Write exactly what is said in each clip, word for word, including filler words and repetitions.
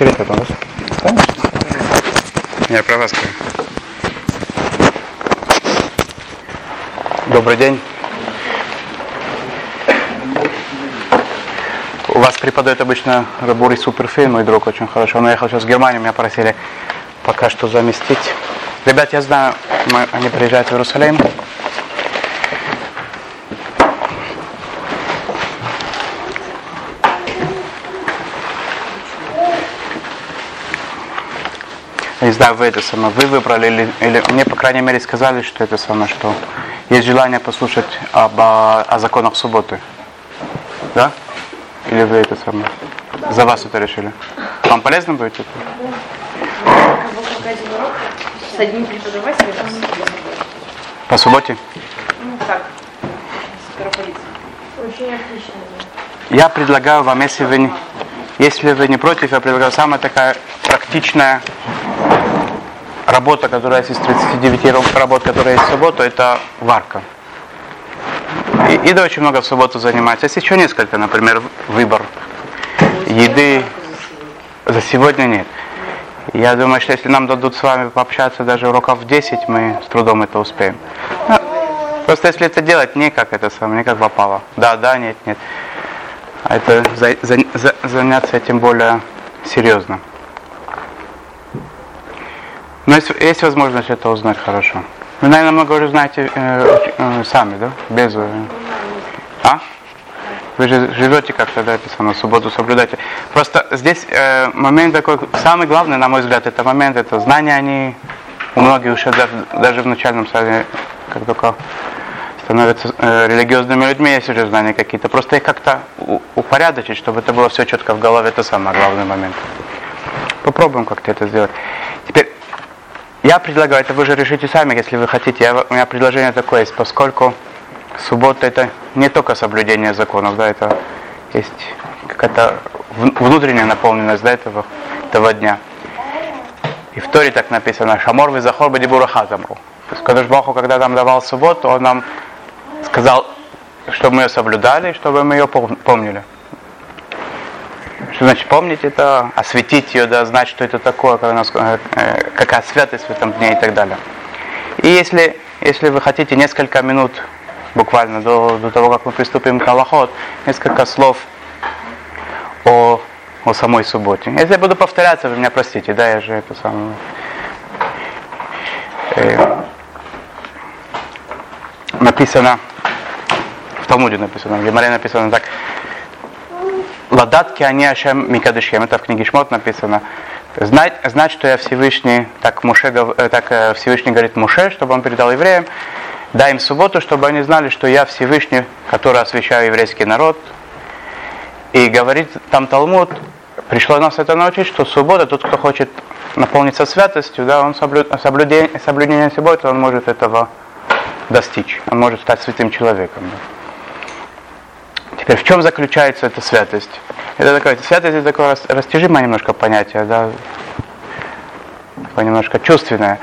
повторить потом, да? Конечно. Я про вас говорю. Добрый день. У вас преподает обычно Рабури Суперфей, мой друг, очень хорошо. Он уехал сейчас в Германию, меня просили пока что заместить. Ребят, я знаю, мы, они приезжают в Иерусалим. Я не знаю, вы это самое, вы выбрали, или, или мне, по крайней мере, сказали, что это самое, что есть желание послушать об, о, о законах субботы. Да? Или вы это самое, за вас это решили? Вам полезно будет это? С одним преподавателем по субботе? Ну так, очень отлично. Я предлагаю вам, если вы, не, если вы не против, я предлагаю самая такая практичная работа, которая есть из тридцати девяти работ, которые есть в субботу, это варка. И Ида очень много в субботу занимается. Есть еще несколько, например, выбор еды. За сегодня нет. Я думаю, что если нам дадут с вами пообщаться даже уроков в десять, мы с трудом это успеем. Ну, просто если это делать не как это самое, не как попало. Да, да, нет, нет. А это за, за, за, заняться этим более серьезно. Но есть, есть возможность это узнать хорошо. Вы, наверное, много уже знаете э, э, сами, да? Без... Э, а? Вы же живете как-то, да, это самое, субботу соблюдаете. Просто здесь э, момент такой, самый главный, на мой взгляд, это момент, это знания, они у многих уже даже, даже в начальном стадии, как только становятся э, религиозными людьми, есть уже знания какие-то. Просто их как-то у, упорядочить, чтобы это было все четко в голове, это самый главный момент. Попробуем как-то это сделать. Теперь, я предлагаю, это вы же решите сами, если вы хотите. Я, у меня предложение такое есть, поскольку суббота это не только соблюдение законов, да, это есть какая-то внутренняя наполненность, да, этого, этого дня. И в Торе так написано: «Шамор визахор бадибура хазамру». То есть Кадош Баху, когда нам давал субботу, он нам сказал, чтобы мы ее соблюдали, чтобы мы ее помнили. Что значит помнить это, осветить ее, да, знать, что это такое, как у нас, э, какая святость в этом дне и так далее. И если, если вы хотите несколько минут, буквально до, до того, как мы приступим к Алахот, несколько слов о, о самой субботе. Если я буду повторяться, вы меня простите, да, я же это самое... Э, написано, в Талмуде написано, в Гемаре написано так: «Ладатки они Ашем Микадышем». Это в книге Шмот написано. Знать, знать, что я Всевышний, так, Моше, так Всевышний говорит Моше, чтобы он передал евреям, дай им субботу, чтобы они знали, что я Всевышний, который освящаю еврейский народ. И говорит там Талмуд, пришло нас это научить, что суббота, тот, кто хочет наполниться святостью, да, он соблю, соблюдение, соблюдение субботы, он может этого достичь, он может стать святым человеком. Да. Теперь, в чем заключается эта святость? Это такое, святость это такое растяжимое немножко понятие, да, такое немножко чувственное.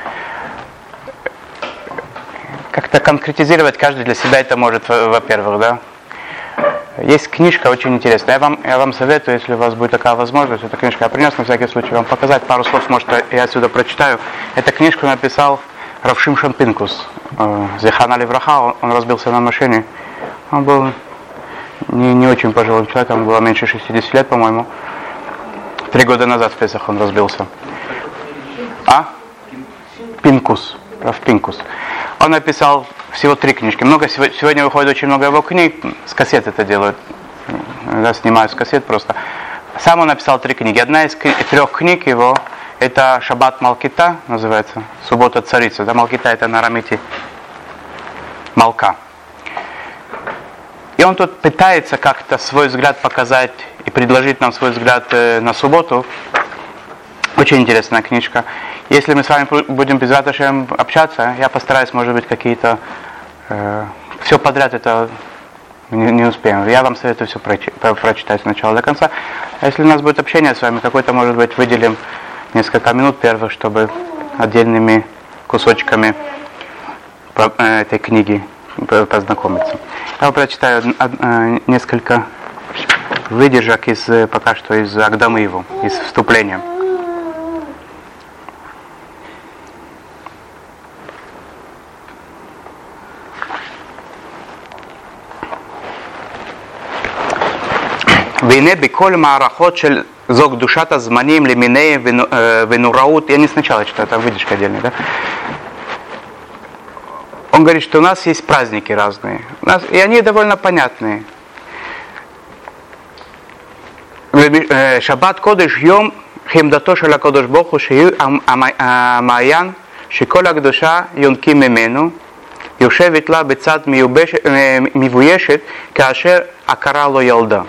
Как-то конкретизировать каждый для себя это может, во-первых, да. Есть книжка очень интересная. Я вам, я вам советую, если у вас будет такая возможность, эта книжка я принес на всякий случай вам показать. Пару слов, может, я отсюда прочитаю. Эту книжку написал Рав Шимшон Пинкус. Зихана левраха, он, он разбился на машине. Он был не, не очень пожилым человеком, было меньше шестидесяти лет, по-моему. Три года назад в Песах он разбился. А? Пинкус. Рав Пинкус. Он написал всего три книжки. Много, сегодня выходит очень много его книг. С кассет это делают. Я снимаю с кассет просто. Сам он написал три книги. Одна из трех книг его, это Шаббат Малкита, называется. Суббота царица. Да, Малкита это на арамите Малка. И он тут пытается как-то свой взгляд показать и предложить нам свой взгляд на субботу. Очень интересная книжка. Если мы с вами будем без раташем общаться, я постараюсь, может быть, какие-то... Э, все подряд это не, не успеем. Я вам советую все прочи, прочитать с начала до конца. А если у нас будет общение с вами, какой-то, может быть, выделим несколько минут первых, чтобы отдельными кусочками по, э, этой книги познакомиться. Я прочитаю э, несколько выдержек из, пока что из Агдамы его, из вступления. והנה בכל מערכות של זו קדושת הזמנים למיניהם ונוראות, я не сначала читаю, там выдержка отдельная, да? Он говорит, что у нас есть праздники разные, у нас, и они довольно понятные. שבת קודש יום חמדתו של הקדוש ברוך הוא שהוא המעיין שכל הקדושה יונקים ממנו, יושבת לה בצד מבוישת כאשר עקרה לו ילדה.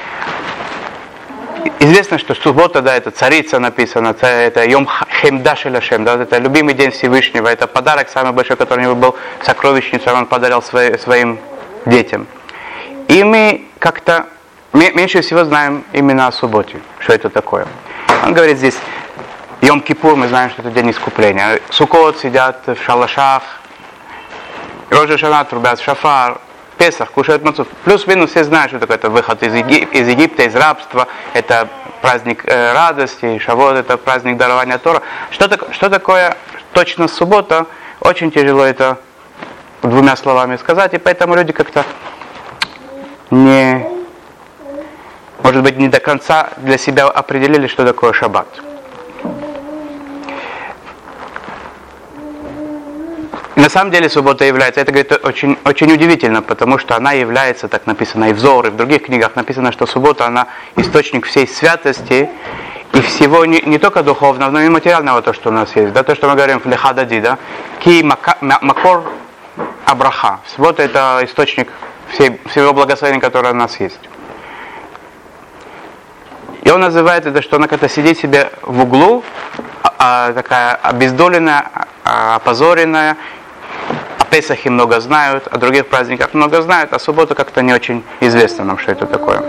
Известно, что суббота, да, это царица написано, это Йом Хемда Шель Ашем, да, это любимый день Всевышнего, это подарок самый большой, который у него был, сокровищницу, он подарил свои, своим детям. И мы как-то меньше всего знаем именно о субботе, что это такое. Он говорит здесь, Йом-Кипур, мы знаем, что это день искупления. Суккот сидят в шалашах, Рош ха-Шана трубят шафар, Песах, кушают мацу. Плюс-минус все знают, что такое это выход из, Егип, из Египта, из рабства, это праздник э, радости, Шавот, это праздник дарования Тора. Что, так, что такое точно суббота, очень тяжело это двумя словами сказать, и поэтому люди как-то не, может быть, не до конца для себя определили, что такое шаббат. На самом деле суббота является, это говорит, очень, очень удивительно, потому что она является, так написано и в Зоар, и в других книгах написано, что суббота, она источник всей святости и всего не, не только духовного, но и материального, то, что у нас есть. Да, то, что мы говорим в Лехадади, да, ки макор абраха. Суббота это источник всей, всего благословения, которое у нас есть. И он называет это, что она как-то сидит себе в углу, а, а, такая обездоленная, а, опозоренная. О Песахе много знают, о других праздниках много знают, а суббота как-то не очень известно нам, что это такое.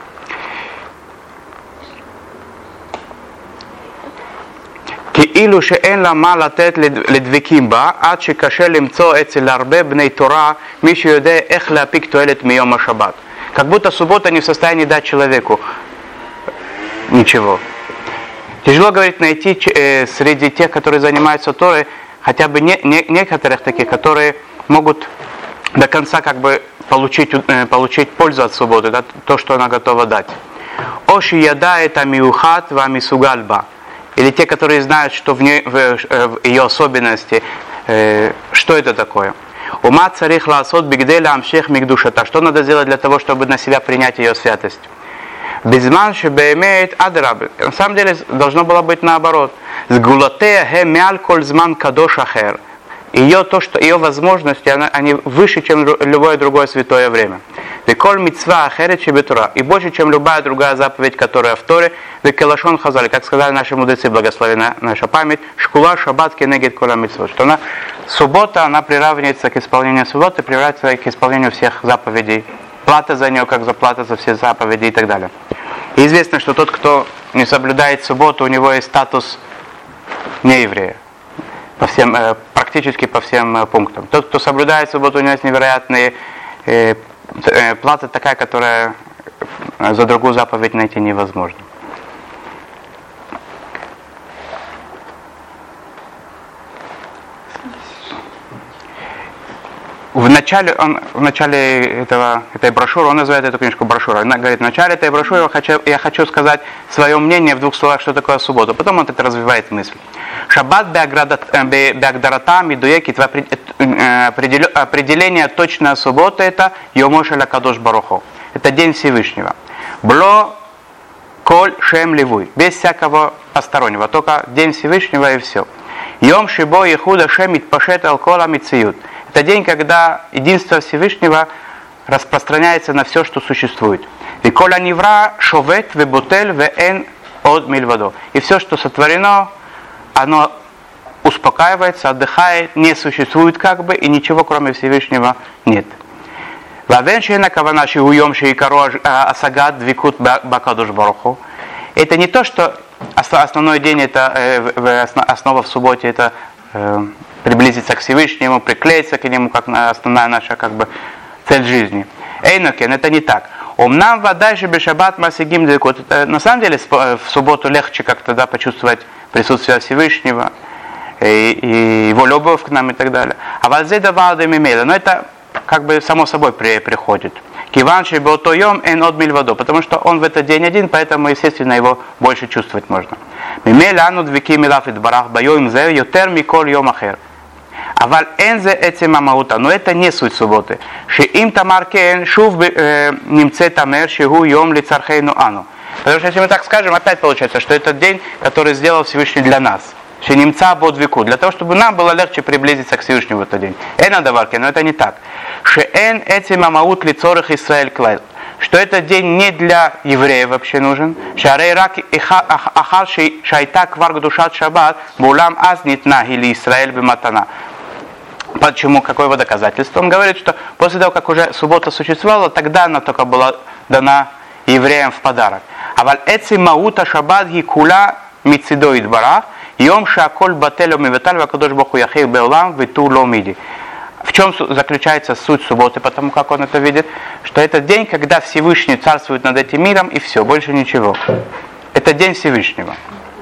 כאילו שאין לה מה לתת לדבקים בה, עד שקשה למצוא אצל הרבה בני תורה מי שיודע איך להפיק תועלת מיום השבת. Как будто суббота не в состоянии дать человеку ничего. Тяжело, говорит, найти э, среди тех, которые занимаются Торой, хотя бы не, не, некоторых таких, которые могут до конца как бы получить, э, получить пользу от субботы, да, то, что она готова дать. Оши яда это миухат ва мисугальба. Или те, которые знают, что в, ней, в, в ее особенности, э, что это такое. Ума царих лаасот бигделя амшех мигдушата. Что надо сделать для того, чтобы на себя принять ее святость? Безман шебеемеет адраб. На самом деле должно было быть наоборот. Сгулатея ге мял коль зман кадош ахер. Ее то, что ее возможности, она, они выше, чем любое другое святое время. Веколь мицва ахерет шебетура. И больше, чем любая другая заповедь, которая в Торе. Векелашон хазали, как сказали наши мудрецы, благословена наша память. Шкула шаббат кенегет кола мицвот. Что она суббота, она приравнивается к исполнению субботы, приравнивается к исполнению всех заповедей. Плата за нее, как заплата за все заповеди и так далее. И известно, что тот, кто не соблюдает субботу, у него есть статус нееврея. По всем, практически по всем пунктам. Тот, кто соблюдает субботу, у него есть невероятные э, э, плата такая, которая за другую заповедь найти невозможно. В начале, он, в начале этого, этой брошюры, он называет эту книжку брошюрой. Он говорит, в начале этой брошюры я хочу, я хочу сказать свое мнение в двух словах, что такое суббота. Потом он это развивает мысль. Шаббат беагдарата мидуекит, определение точное субботы это Йом Шель Кадош Баруху. Это день Всевышнего. Бло коль шем ливуй. Без всякого постороннего. Только день Всевышнего и все. Йом шибо ехуда шемит пашет алкола мициют. Это день, когда единство Всевышнего распространяется на все, что существует. И коля невра шовет веботель веэн от мильвадо. И все, что сотворено, оно успокаивается, отдыхает, не существует как бы, и ничего кроме Всевышнего нет. Это не то, что основной день, это основа в субботе, это приблизиться к Всевышнему, приклеиться к нему, как основная наша как бы цель жизни. Эйнокен, это не так. Умнам вода же бешабат масигим далеко. На самом деле в субботу легче как-то да, почувствовать присутствие Всевышнего и, и его любовь к нам и так далее. А вальзеда валда мимела. Но это как бы само собой при, приходит. Киванши беотойом эн от мильвадо. Потому что он в этот день один, поэтому, естественно, его больше чувствовать можно. Мимела анут вики милафит барах байоим зе йотер миколь йом ахер. אבל אין זה עצם המהות, но это не суть субботы. שאם תמר כן, שוב נמצא תמר שהוא יום לצרכינו אנו. Потому что если мы так скажем, опять получается, что это день, который сделал Всевышний для нас. שנמצא בו דבקות, для того, чтобы нам было легче приблизиться к Всевышнему в этот день. אין הדבר כן, но это не так. שאין עצם המהות לצורך ישראל כלל. Что этот день не для евреев вообще нужен. שהרי רק אחר שהייתה כבר קדושת שבת, בעולם אז ניתנה היא לישראל במתנה. Почему? Какое его доказательство? Он говорит, что после того, как уже суббота существовала, тогда она только была дана евреям в подарок. А валь эци маута шаббат ги кула мицидо идбарах, йом шаколь бателю мивиталь вакадош боху яхих беулам виту ломиди. В чем заключается суть субботы? Потому как он это видит, что это день, когда Всевышний царствует над этим миром, и все, больше ничего. Это день Всевышнего.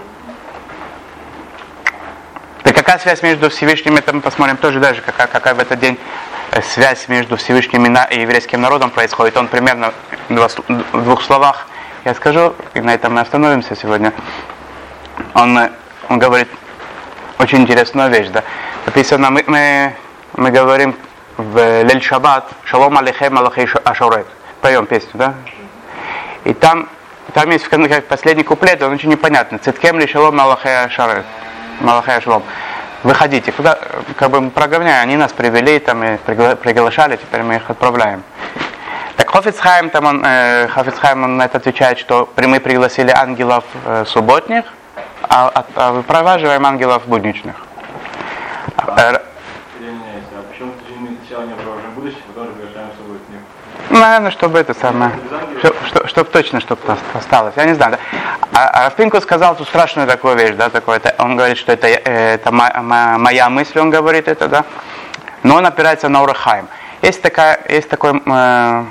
Так какая связь между Всевышним, это мы посмотрим тоже даже, какая, какая в этот день связь между Всевышним и еврейским народом происходит. Он примерно в двух словах я скажу, и на этом мы остановимся сегодня. Он, он говорит очень интересную вещь, да. Написано, мы, мы, мы говорим в Лель Шаббат, Шалом алейхем алахей ашорет. Поем песню, да? И там, там есть как последний куплет, он очень непонятный. Циткем ли шалом алахей ашорет. Малахай Шалом. Выходите. Куда, как бы мы проговняем, они нас привели, там и пригла- приглашали, теперь мы их отправляем. Так Хафец Хаим, там он, э, Хафец Хаим, он на это отвечает, что мы пригласили ангелов э, субботних, а, а, а выпроваживаем ангелов будничных. А, извиняюсь, а почему мы сначала не провожаем будущих, потом же приглашаем субботних? Наверное, чтобы это самое, чтобы, чтобы, чтобы точно, чтобы осталось, я не знаю. Да? А, а Рав Пинкус сказал тут страшную такую вещь, да, такое, это, он говорит, что это, это моя мысль, он говорит это, да, но он опирается на Ор ха-Хаим. Есть такая, есть такой, э,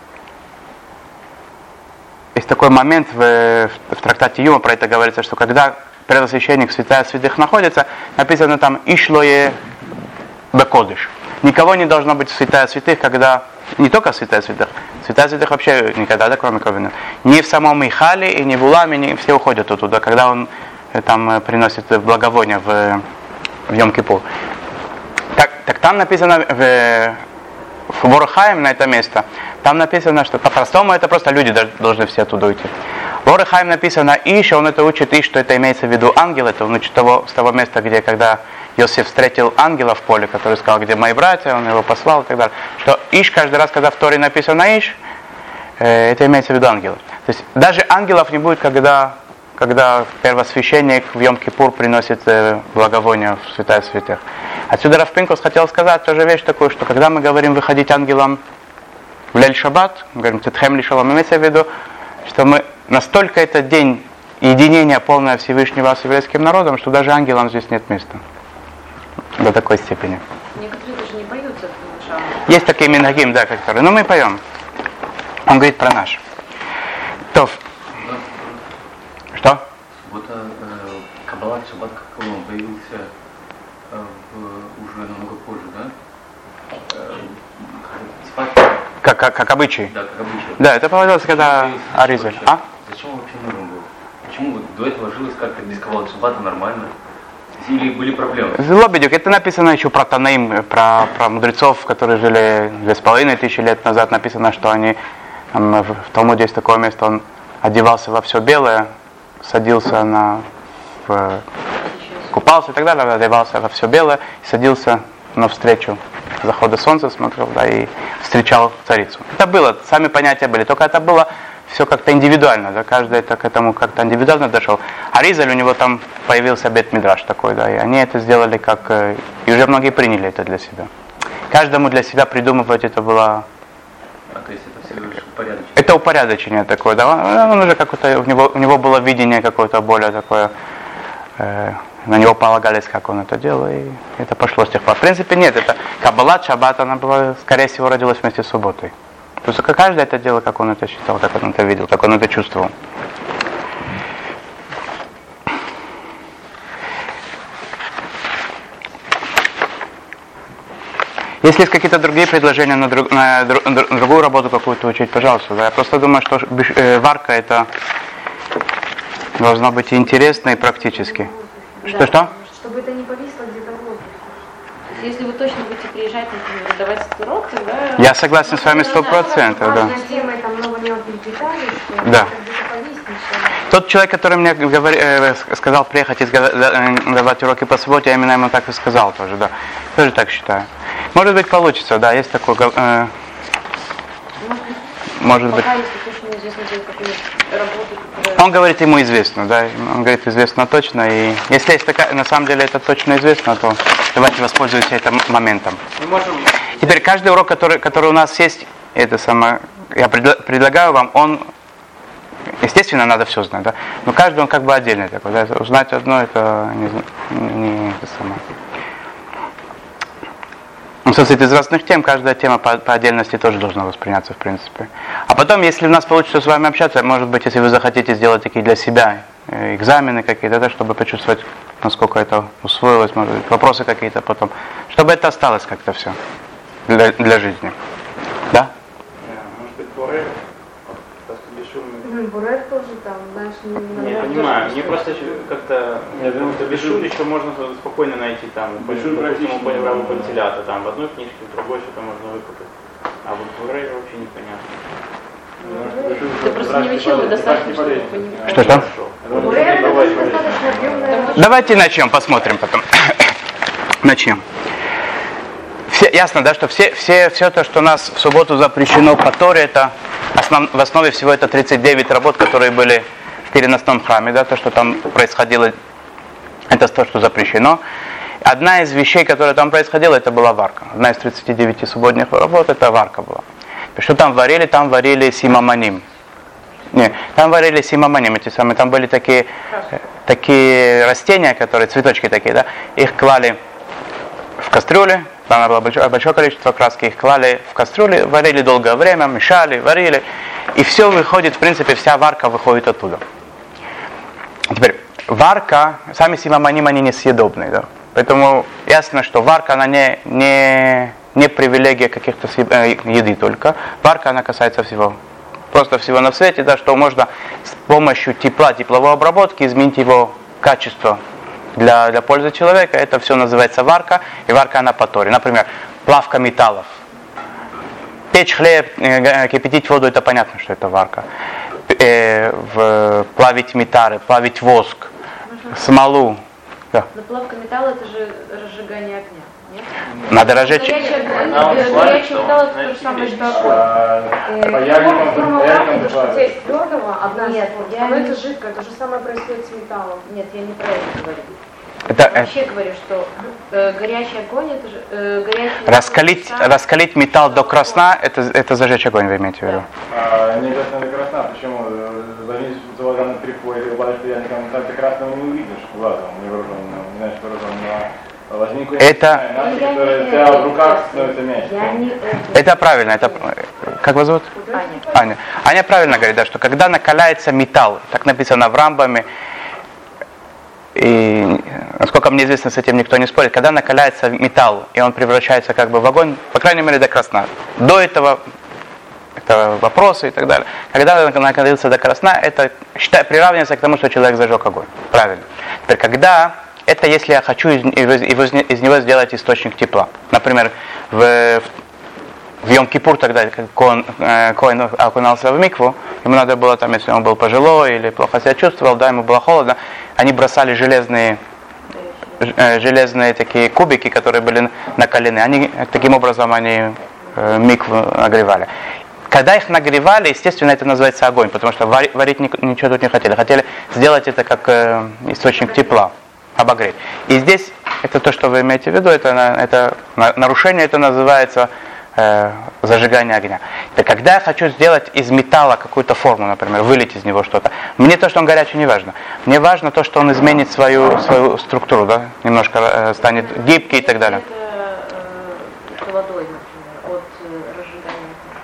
есть такой момент в, в трактате Юма, про это говорится, что когда первосвященник святая святых находится, написано там «Ишлое бекодыш». Никого не должно быть в святая святых, когда не только в святая святых, святая святых вообще никогда, да, кроме Ковина. Ни в самом Михале, и ни в Уламе, не все уходят оттуда, когда он там приносит благовония в, в Йом-Кипур. Так, так там написано в, в Ор ха-Хаим на это место, там написано, что по-простому это просто люди должны все оттуда уйти. В Ор ха-Хаим написано «Иш», он это учит «Иш», что это имеется в виду ангел, это он учит того, с того места, где когда Иосиф встретил ангела в поле, который сказал, где мои братья, он его послал и так далее. Что Иш, каждый раз, когда в Торе написано Иш, э, это имеется в виду ангелов. То есть даже ангелов не будет, когда, когда первосвященник в Йом-Кипур приносит э, благовоние в святая святых. Отсюда Рав Пинкус хотел сказать тоже вещь такую, что когда мы говорим выходить ангелам в Лель Шаббат, мы говорим Тетхем ли шалом, имеется в виду, что мы настолько этот день единения полное Всевышнего с еврейским народом, что даже ангелам здесь нет места. До такой степени. Некоторые даже не поются в шаббат. Есть такие минагим, да, которые. Но мы поем. Он говорит про наш. То. Что? Вот э, Каббалат Шаббат, как он появился э, в, уже намного позже, да? Э, спать. Как, как, как обычай. Да, как обычай. Да, это появилось, когда Аризаль. А? Зачем он вообще нужен был? Почему вот до этого жилось как-то без Каббалат Шаббата нормально? Или были проблемы? Лобедюк, это написано еще про Танаим, про, про мудрецов, которые жили две с половиной тысячи лет назад. Написано, что они, там, в Талмуде есть такое место, он одевался во все белое, садился на, в, купался и так далее, одевался во все белое, садился навстречу захода солнца, смотрел, да, и встречал царицу. Это было, сами понятия были, только это было все как-то индивидуально, да, каждый это к этому как-то индивидуально дошел. А Ризаль, у него там появился бет-мидраш такой, да, и они это сделали как, и уже многие приняли это для себя. Каждому для себя придумывать это было... А то есть это всего лишь упорядочение? Это упорядочение такое, да, он, он уже какое-то, у него, у него было видение какое-то более такое, э, на него полагались, как он это делал, и это пошло с тех пор. В принципе, нет, это Каббалат Шаббат, она была, скорее всего, родилась вместе с субботой. То есть каждый это дело, как он это считал, как он это видел, как он это чувствовал. Если есть какие-то другие предложения на, друг, на, друг, на другую работу какую-то учить, пожалуйста. Да. Я просто думаю, что э, варка это должно быть и интересно, и практически. Да. Что-что? Чтобы это не повисло где-то в воздухе. Если вы точно будете приезжать, например, давать этот урок, тогда... Я согласен с вами сто процентов, да. Темой, там много мелких деталей, что да. это где-то повиснет. Тот человек, который мне говори, э, сказал приехать и давать уроки по субботе, я именно ему так и сказал тоже, да. Тоже так считаю. Может быть, получится, да, есть такой... Э, может быть. Пока если точно неизвестно, какую работу, которая... Он говорит, ему известно, да, он говорит, известно точно, и если есть такая, на самом деле это точно известно, то давайте воспользуемся этим моментом. Мы можем... Теперь каждый урок, который, который у нас есть, это самое, я предла- предлагаю вам, он, естественно, надо все знать, да, но каждый он как бы отдельный такой, да, узнать одно, это не, не это самое. Ну, состоит из разных тем, каждая тема по, по отдельности тоже должна восприняться, в принципе. А потом, если у нас получится с вами общаться, может быть, если вы захотите сделать такие для себя э, экзамены какие-то, да, чтобы почувствовать, насколько это усвоилось, может быть, вопросы какие-то потом, чтобы это осталось как-то все для, для жизни. Да? Может быть, Бурер? Бурер тоже там, знаешь, не... Я понимаю, мне просто как-то, я думаю, что Бешут еще можно спокойно найти там, по нему по Евраву Пантелята, там в одной книжке, в другой что-то можно выкупить. А вот Бурер вообще непонятно. Ты просто не учил, вы достаточно, чтобы понимать. Что-что? Бурер это тоже достаточно объемная... Давайте начнем, посмотрим потом. Начнем. Все, ясно, да, что все, все, все то, что у нас в субботу запрещено по Торе, это основ, в основе всего это тридцать девять работ, которые были в переносном храме, да, то, что там происходило, это то, что запрещено. Одна из вещей, которая там происходила, это была варка. Одна из тридцати девяти субботних работ, это варка была. Что там варили? Там варили симаманим. Не, там варили симаманим, эти самые, там были такие, такие растения, которые, цветочки такие, да, их клали в кастрюле. Там было большое, большое количество краски, их клали в кастрюле, варили долгое время, мешали, варили. И все выходит, в принципе, вся варка выходит оттуда. Теперь, варка, сами симаманим, они несъедобные, да. Поэтому ясно, что варка, она не, не, не привилегия каких-то еды только. Варка, она касается всего. Просто всего на свете, да, что можно с помощью тепла, тепловой обработки изменить его качество. Для, для пользы человека это все называется варка, и варка она по Торе. Например, плавка металлов. Печь хлеб, э, кипятить воду, это понятно, что это варка. Э, в, плавить металлы, плавить воск, угу. Смолу. Да. Но плавка металла это же разжигание огня, нет? Надо разжечь. Горячий металл это то же самое, что огонь. Форма что здесь твердого, одна становится жидкая, то же самое происходит с металлом. Нет, я не про это говорю. Это, я вообще говорю, что э, горячий огонь, это же э, горячий раскалить, металл. Раскалить металл до красна, это, это зажечь огонь, вы имеете в виду? А, не обязательно до красна, почему? Зависит от того, на приходе, говорят, что я никому там красного не увидишь глазом, невооруженным, не знаешь, вооруженным. Возьми это... иначе, которая вся в руках становится мягче. Это правильно, это... Как вас зовут? Аня. Аня. Аня правильно говорит, да, что когда накаляется металл, так написано в Рамбаме, и, насколько мне известно, с этим никто не спорит, когда накаляется металл, и он превращается как бы в огонь, по крайней мере, до красна. До этого, это вопросы и так далее. Когда накалился до красна, это считай, приравнивается к тому, что человек зажег огонь. Правильно. Теперь, когда... Это если я хочу из, из, из него сделать источник тепла. Например, в, в Йом-Кипур тогда, когда Коэн, Коэн окунался в микву, ему надо было, там, если он был пожилой или плохо себя чувствовал, да, ему было холодно, они бросали железные, железные такие кубики, которые были накалены. Они, таким образом они микву нагревали. Когда их нагревали, естественно, это называется огонь, потому что варить, варить ничего тут не хотели. Хотели сделать это как источник тепла. Обогреть. И здесь, это то, что вы имеете в виду, это, это нарушение, это называется э, зажигание огня. Это когда я хочу сделать из металла какую-то форму, например, вылить из него что-то, мне то, что он горячий, не важно. Мне важно то, что он изменит свою, свою структуру, да, немножко э, станет гибкий и так далее. Это э, водой, например, от э, разжигания огня.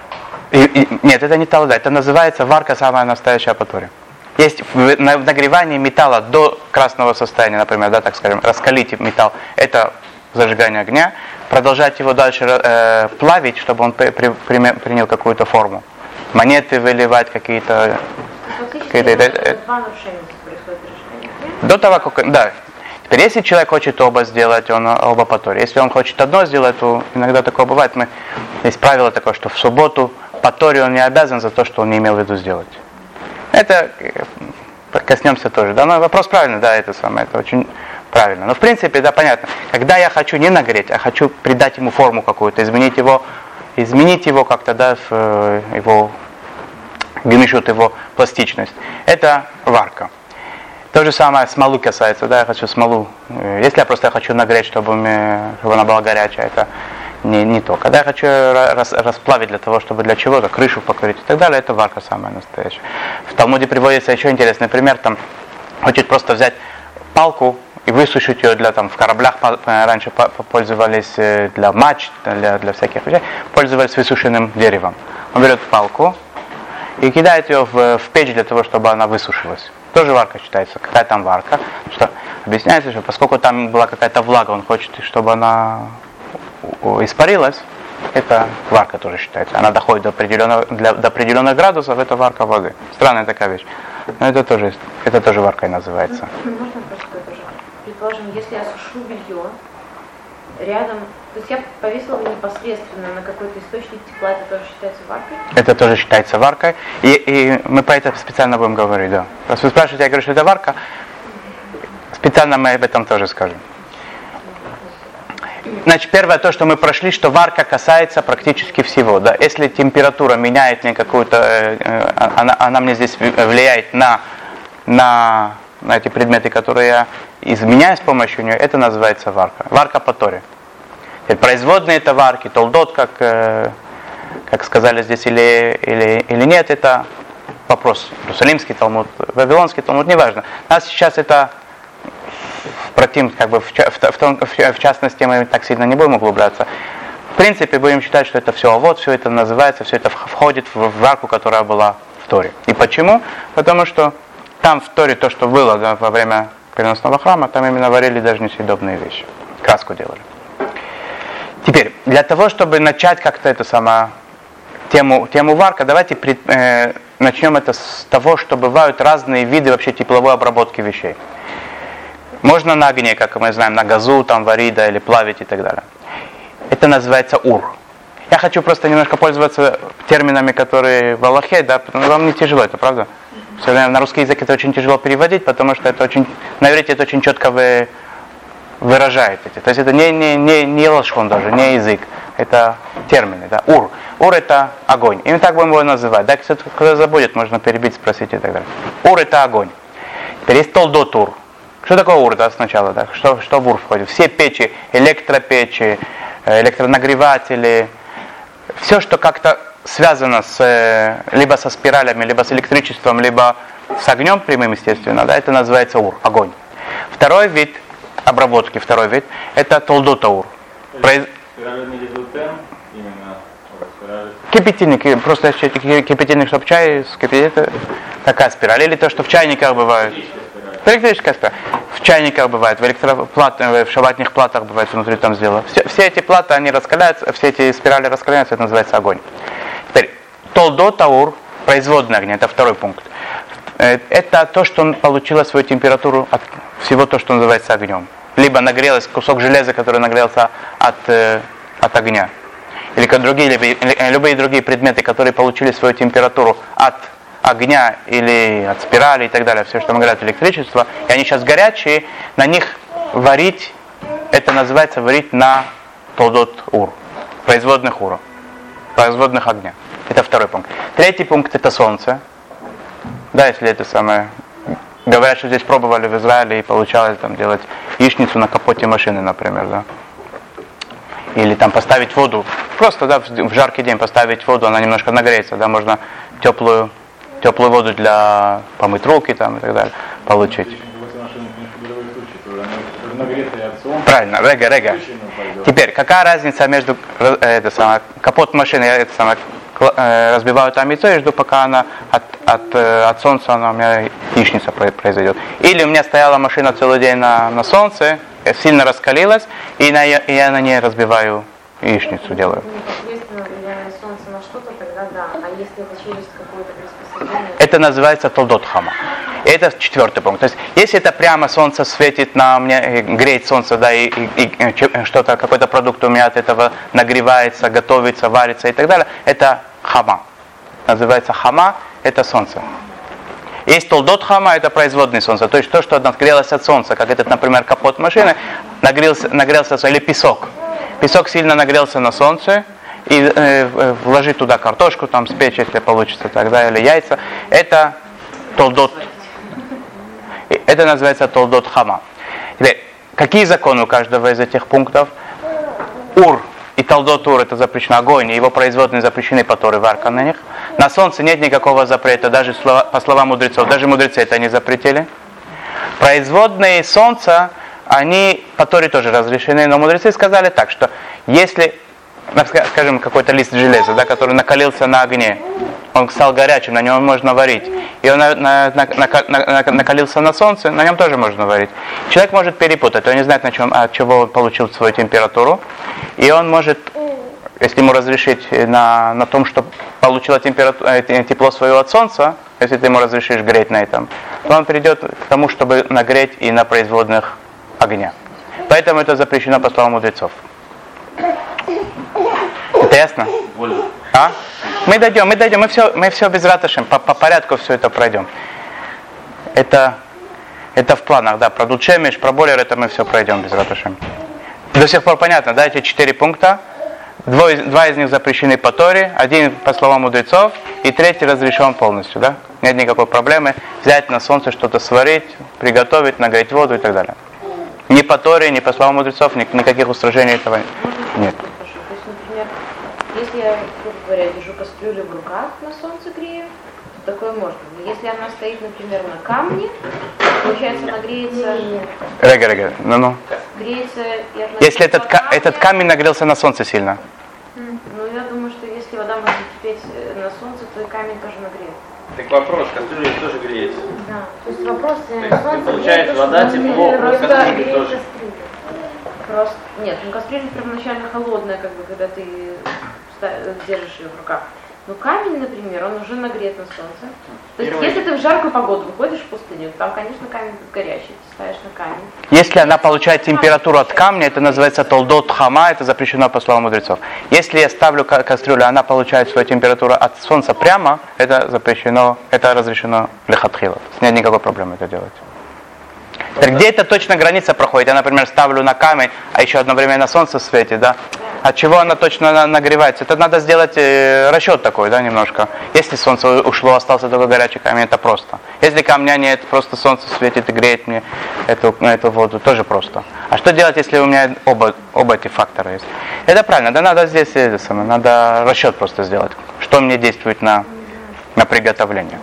И, и, нет, это не талда, это называется варка самая настоящая по Торе. Есть в, на, в нагревании металла до красного состояния, например, да, так скажем, раскалить металл, это зажигание огня, продолжать его дальше э, плавить, чтобы он при, при, принял какую-то форму. Монеты выливать какие-то. какие-то это, два нарушения происходит решение. До того, как. Да. Теперь, если человек хочет оба сделать, он оба по Торе. Если он хочет одно сделать, то иногда такое бывает. Мы, есть правило такое, что в субботу по Торе он не обязан за то, что он не имел в виду сделать. Это коснемся тоже. Да, но вопрос правильный, да, это самое, это очень правильно. Но в принципе, да, понятно. Когда я хочу не нагреть, а хочу придать ему форму какую-то, изменить его, изменить его как-то, да, в его гемишут, его пластичность. Это варка. То же самое смолу касается, да, я хочу смолу. Если я просто хочу нагреть, чтобы, мне, чтобы она была горячая, это не, не то. Когда я хочу рас, расплавить для того, чтобы для чего-то, крышу покрыть и так далее, это варка самая настоящая. В Талмуде приводится еще интересный пример, там хочет просто взять палку и высушить ее для, там, в кораблях раньше пользовались для мачт, для, для всяких вещей, пользовались высушенным деревом. Он берет палку и кидает ее в, в печь для того, чтобы она высушилась. Тоже варка считается. Какая там варка? Что объясняется, что поскольку там была какая-то влага, он хочет, чтобы она испарилась, это варка тоже считается. Она доходит до определенного, для, до определенных градусов, это варка воды. Странная такая вещь. Но это тоже, это тоже варкой называется. Можно просто тоже? Предположим, если я сушу белье, рядом, то есть я повесила непосредственно на какой-то источник тепла, это тоже считается варкой? Это тоже считается варкой. И, и мы по этому специально будем говорить, да. Раз вы спрашиваете, я говорю, что это варка, специально мы об этом тоже скажем. Значит, первое то, что мы прошли, что варка касается практически всего. Да? Если температура меняет мне какую-то, э, она, она мне здесь влияет на, на, на эти предметы, которые я изменяю с помощью нее, это называется варка. Варка по Торе. Производные это варки, толдот, как, э, как сказали здесь, или, или, или нет, это вопрос. Иерусалимский Талмуд, Вавилонский Талмуд, неважно. У нас сейчас это против, как бы, в, в, в, в частности, мы так сильно не будем углубляться. В принципе, будем считать, что это все, а вот все это называется, все это входит в варку, которая была в Торе. И почему? Потому что там в Торе то, что было, да, во время переносного храма, там именно варили даже несъедобные вещи. Краску делали. Теперь, для того, чтобы начать как-то эту самую тему, тему варка, давайте при, э, начнем это с того, что бывают разные виды вообще тепловой обработки вещей. Можно на огне, как мы знаем, на газу там варить, да, или плавить и так далее. Это называется ур. Я хочу просто немножко пользоваться терминами, которые в Аллахе, да, потому что вам не тяжело это, правда? Все время на русский язык это очень тяжело переводить, потому что это очень, на иврите это очень четко вы, выражает эти. То есть это не, не, не, не лашон даже, не язык. Это термины, да. Ур. Ур это огонь. И мы так будем его называть. Да, кто забудет, можно перебить, спросить и так далее. Ур это огонь. Теперь есть толдот ур. Что такое ур, да, сначала, да? Что, что в ур входит? Все печи, электропечи, электронагреватели, все, что как-то связано с, либо со спиралями, либо с электричеством, либо с огнем прямым, естественно, да, это называется ур, огонь. Второй вид обработки, второй вид, это толдот ур. Произ... Кипятильник, просто кипятильник, чтобы чай скипятить, это такая спираль, или то, что в чайниках бывает. Электрическая спираль. В чайниках бывает, в электроплатах, в шабатных платах бывает внутри там сделано. Все, все эти платы, они раскаляются, все эти спирали раскаляются, это называется огонь. Теперь, толдот аур, производный огня, это второй пункт. Это то, что получило свою температуру от всего то, что называется огнем. Либо нагрелось кусок железа, который нагрелся от, от огня. Или другие, либо, любые другие предметы, которые получили свою температуру от огня или от спирали и так далее, все, что мы говорим, электричество, и они сейчас горячие, на них варить, это называется варить на толдот ур, производных ура, производных огня. Это второй пункт. Третий пункт это солнце. Да, если это самое... Говорят, что здесь пробовали в Израиле и получалось там делать яичницу на капоте машины, например, да. Или там поставить воду, просто, да, в жаркий день поставить воду, она немножко нагреется, да, можно теплую, теплую воду для помыть руки там и так далее получить. Правильно, рега, рега. Теперь, какая разница между это самое, капот машины, это самое, разбиваю там яйцо и жду, пока она от, от, от солнца она у меня яичница произойдет. Или у меня стояла машина целый день на, на солнце, сильно раскалилась, и, на, и я на ней разбиваю яичницу делаю. Непосредственно влияя солнце на что-то, тогда да. А если это через какое-то приспособление? Это называется толдот хама. Это четвертый пункт. То есть, если это прямо солнце светит на мне, греет солнце, да, и, и, и что-то, какой-то продукт у меня от этого нагревается, готовится, варится и так далее, это хама. Называется хама, это солнце. Есть толдот хама, это производное солнце. То есть то, что нагрелось от солнца, как этот, например, капот машины, нагрелся, нагрелся, или песок. Песок сильно нагрелся на солнце, и э, вложить туда картошку, там спечь, если получится, тогда, или яйца. Это толдот. Это называется толдот хама. Теперь, какие законы у каждого из этих пунктов? Ур и толдот ур, это запрещено. Огонь и его производные запрещены по Торе, варка на них. На солнце нет никакого запрета, даже слова, по словам мудрецов. Даже мудрецы это не запретили. Производные солнца, они по Торе тоже разрешены, но мудрецы сказали так, что если, скажем, какой-то лист железа, да, который накалился на огне, он стал горячим, на нем можно варить, и он на, на, на, на, накалился на солнце, на нем тоже можно варить. Человек может перепутать, он не знает, на чем, от чего он получил свою температуру, и он может, если ему разрешить на, на том, что получила тепло свое от солнца, если ты ему разрешишь греть на этом, то он придет к тому, чтобы нагреть и на производных огня. Поэтому это запрещено по словам мудрецов. Это ясно? А? Мы дойдем, мы дойдем, мы все, мы все без раташем, по, по порядку все это пройдем. Это, это в планах, да, про дучемиш, про болер, это мы все пройдем без раташем. До сих пор понятно, да, эти четыре пункта. Двое, два из них запрещены по Торе, один по словам мудрецов, и третий разрешен полностью, да? Нет никакой проблемы взять на солнце что-то сварить, приготовить, нагреть воду и так далее. Ни по Торе, ни по словам мудрецов, ни, никаких устражений этого нет. То есть, например, если я, грубо говоря, держу кастрюлю в руках, на солнце грею, то такое можно. Если она стоит, например, на камне, получается, она греется... Рега, рега, ну-ну. Греется... Если этот, ка- этот камень нагрелся на солнце сильно. Ну, я думаю, что если вода может кипеть на солнце, то и камень тоже нагреется. Так вопрос, кастрюля тоже греется. Да, то есть вопрос, так, солнце получается, греет, вода, тепло, просто кастрюля греет тоже. кастрюля. Просто, нет, ну кастрюля первоначально холодная, как бы, когда ты держишь ее в руках. Но камень, например, он уже нагрет на солнце. То есть, если ты в жаркую погоду выходишь в пустыню, там, конечно, камень будет горячий, ты ставишь на камень. Если она получает температуру от камня, это называется толдот хама, это запрещено по словам мудрецов. Если я ставлю кастрюлю, она получает свою температуру от солнца прямо, это запрещено, это разрешено лехатхила. Нет никакой проблемы это делать. Где это точно граница проходит? Я, например, ставлю на камень, а еще одновременно солнце светит, да? От чего она точно нагревается? Это надо сделать э, расчет такой, да, немножко. Если солнце ушло, остался только горячий камень, это просто. Если камня нет, просто солнце светит и греет мне эту, эту воду, тоже просто. А что делать, если у меня оба, оба эти фактора есть? Это правильно, да, надо здесь, это самое, надо расчет просто сделать, что мне действует на, на приготовление.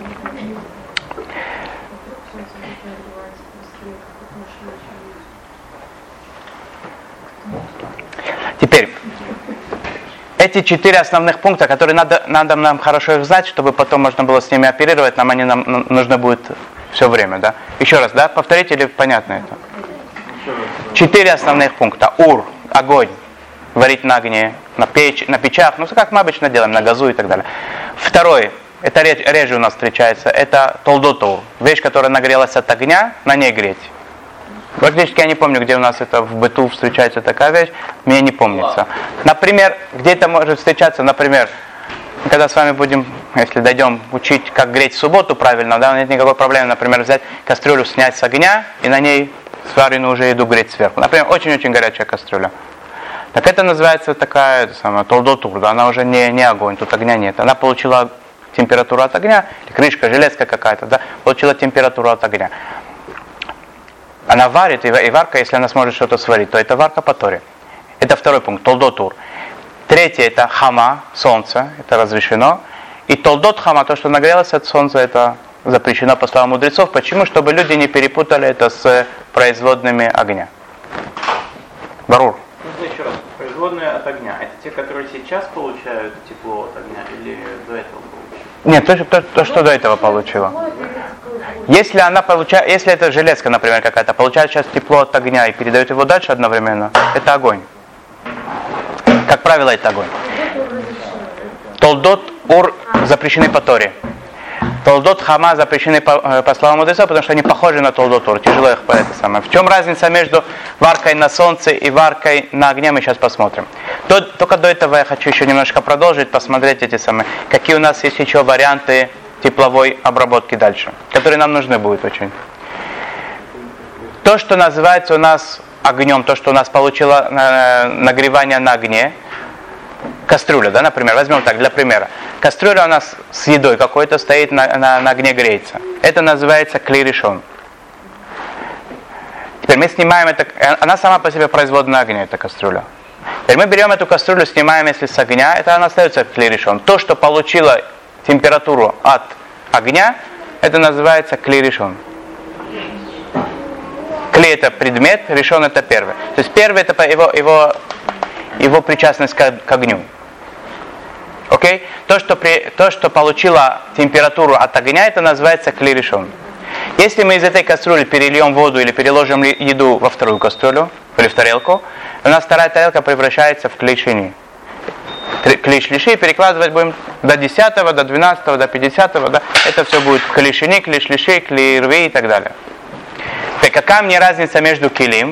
Теперь, эти четыре основных пункта, которые надо, надо нам хорошо их знать, чтобы потом можно было с ними оперировать, нам они нам нужно будет все время, да? Еще раз, да? Повторите, или понятно это? Четыре основных пункта. Ур, огонь, варить на огне, на, печь, на печах, ну как мы обычно делаем, на газу и так далее. Второй, это реже у нас встречается, это толдотур, вещь, которая нагрелась от огня, на ней греть. Практически я не помню, где у нас это в быту встречается такая вещь, мне не помнится. Например, где это может встречаться, например, когда с вами будем, если дойдем учить, как греть в субботу правильно, да, нет никакой проблемы, например, взять кастрюлю, снять с огня и на ней сваренную уже еду греть сверху. Например, очень-очень горячая кастрюля. Так это называется такая, это самая, толдотур, да, она уже не, не огонь, тут огня нет. Она получила температуру от огня, или крышка, железка какая-то, да, получила температуру от огня. Она варит, и варка, если она сможет что-то сварить, то это варка по Торе. Это второй пункт, толдотур. Третий это хама, солнце, это разрешено. И толдот хама, то, что нагрелось от солнца, это запрещено по словам мудрецов. Почему? Чтобы люди не перепутали это с производными огня. Барур. Ну, еще раз, производные от огня. Это те, которые сейчас получают тепло от огня или до этого получают? Нет, то, то, то что до этого получила. Если она получает, если это железка, например, какая-то, получает сейчас тепло от огня и передает его дальше одновременно, это огонь. Как правило, это огонь. Толдот, ур запрещены по Торе. Толдот, хама запрещены по, по словам мудрецов, потому что они похожи на толдот, ур. Тяжело их по это самое. В чем разница между варкой на солнце и варкой на огне, мы сейчас посмотрим. До, только до этого я хочу еще немножко продолжить, посмотреть эти самые, какие у нас есть еще варианты тепловой обработки дальше, которые нам нужны будут очень. То, что называется у нас огнем, то, что у нас получило э, нагревание на огне, кастрюля, да, например, возьмем так, для примера. Кастрюля у нас с едой какой-то стоит на, на, на огне, греется. Это называется кли ришон. Теперь мы снимаем это, она сама по себе производная огня, эта кастрюля. Теперь мы берем эту кастрюлю, снимаем если с огня, это она остается кли ришон. То, что получило температуру от огня, это называется кли ришон. Кли это предмет, решон это первый. То есть первый это его, его, его причастность к, к огню. Окей? То, что при, то, что получило температуру от огня, это называется кли решон. Если мы из этой кастрюли перельем воду или переложим еду во вторую кастрюлю или в тарелку, у нас вторая тарелка превращается в кли шини. Кли шлиши перекладывать будем до десятого, до двенадцатого, до пятидесятого, да? Это все будет кли шини, кли шлиши, кли рви и так далее. Так какая мне разница между килим?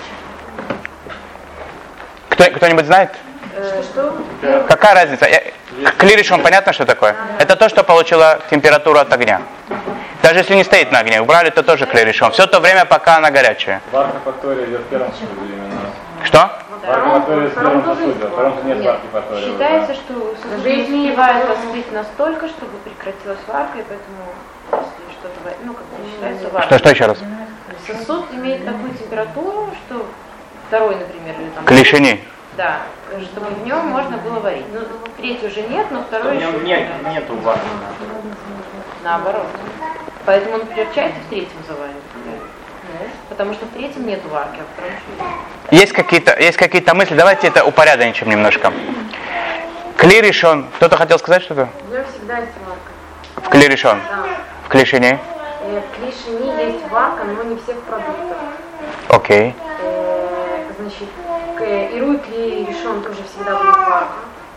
Кто, кто-нибудь знает? Что, что? Какая разница? Кли решен, понятно, что такое? Это то, что получило температуру от огня. Даже если не стоит на огне, убрали, то тоже кли решен. Все то время, пока она горячая. Варка фактория идет в первом сосуде именно. Что? Варка фактория в первом сосуде, а втором нет варки фактория. Считается, что сосуд не успевает остыть настолько, чтобы прекратилась варка, и поэтому если что-то, ну, как бы считается варкой. Что, что еще раз? Сосуд имеет такую температуру, что второй, например, или там... Кли шини. Да, чтобы в нем можно было варить. Ну, третий уже нет, но второй В еще... нем нет, нету варки. Наоборот. Поэтому, например, чай в третьем заваривают. Потому что в третьем нет варки, а в втором еще есть. Есть какие-то, есть какие-то мысли, давайте это упорядочим немножко. Кли решен. Кто-то хотел сказать что-то? В нем всегда есть варка. В кли решен. Да. В кли шини. Э, В кли шини есть варка, но не всех продуктов. Окей. Э, Значит, к иру и кли решен тоже всегда будет варка.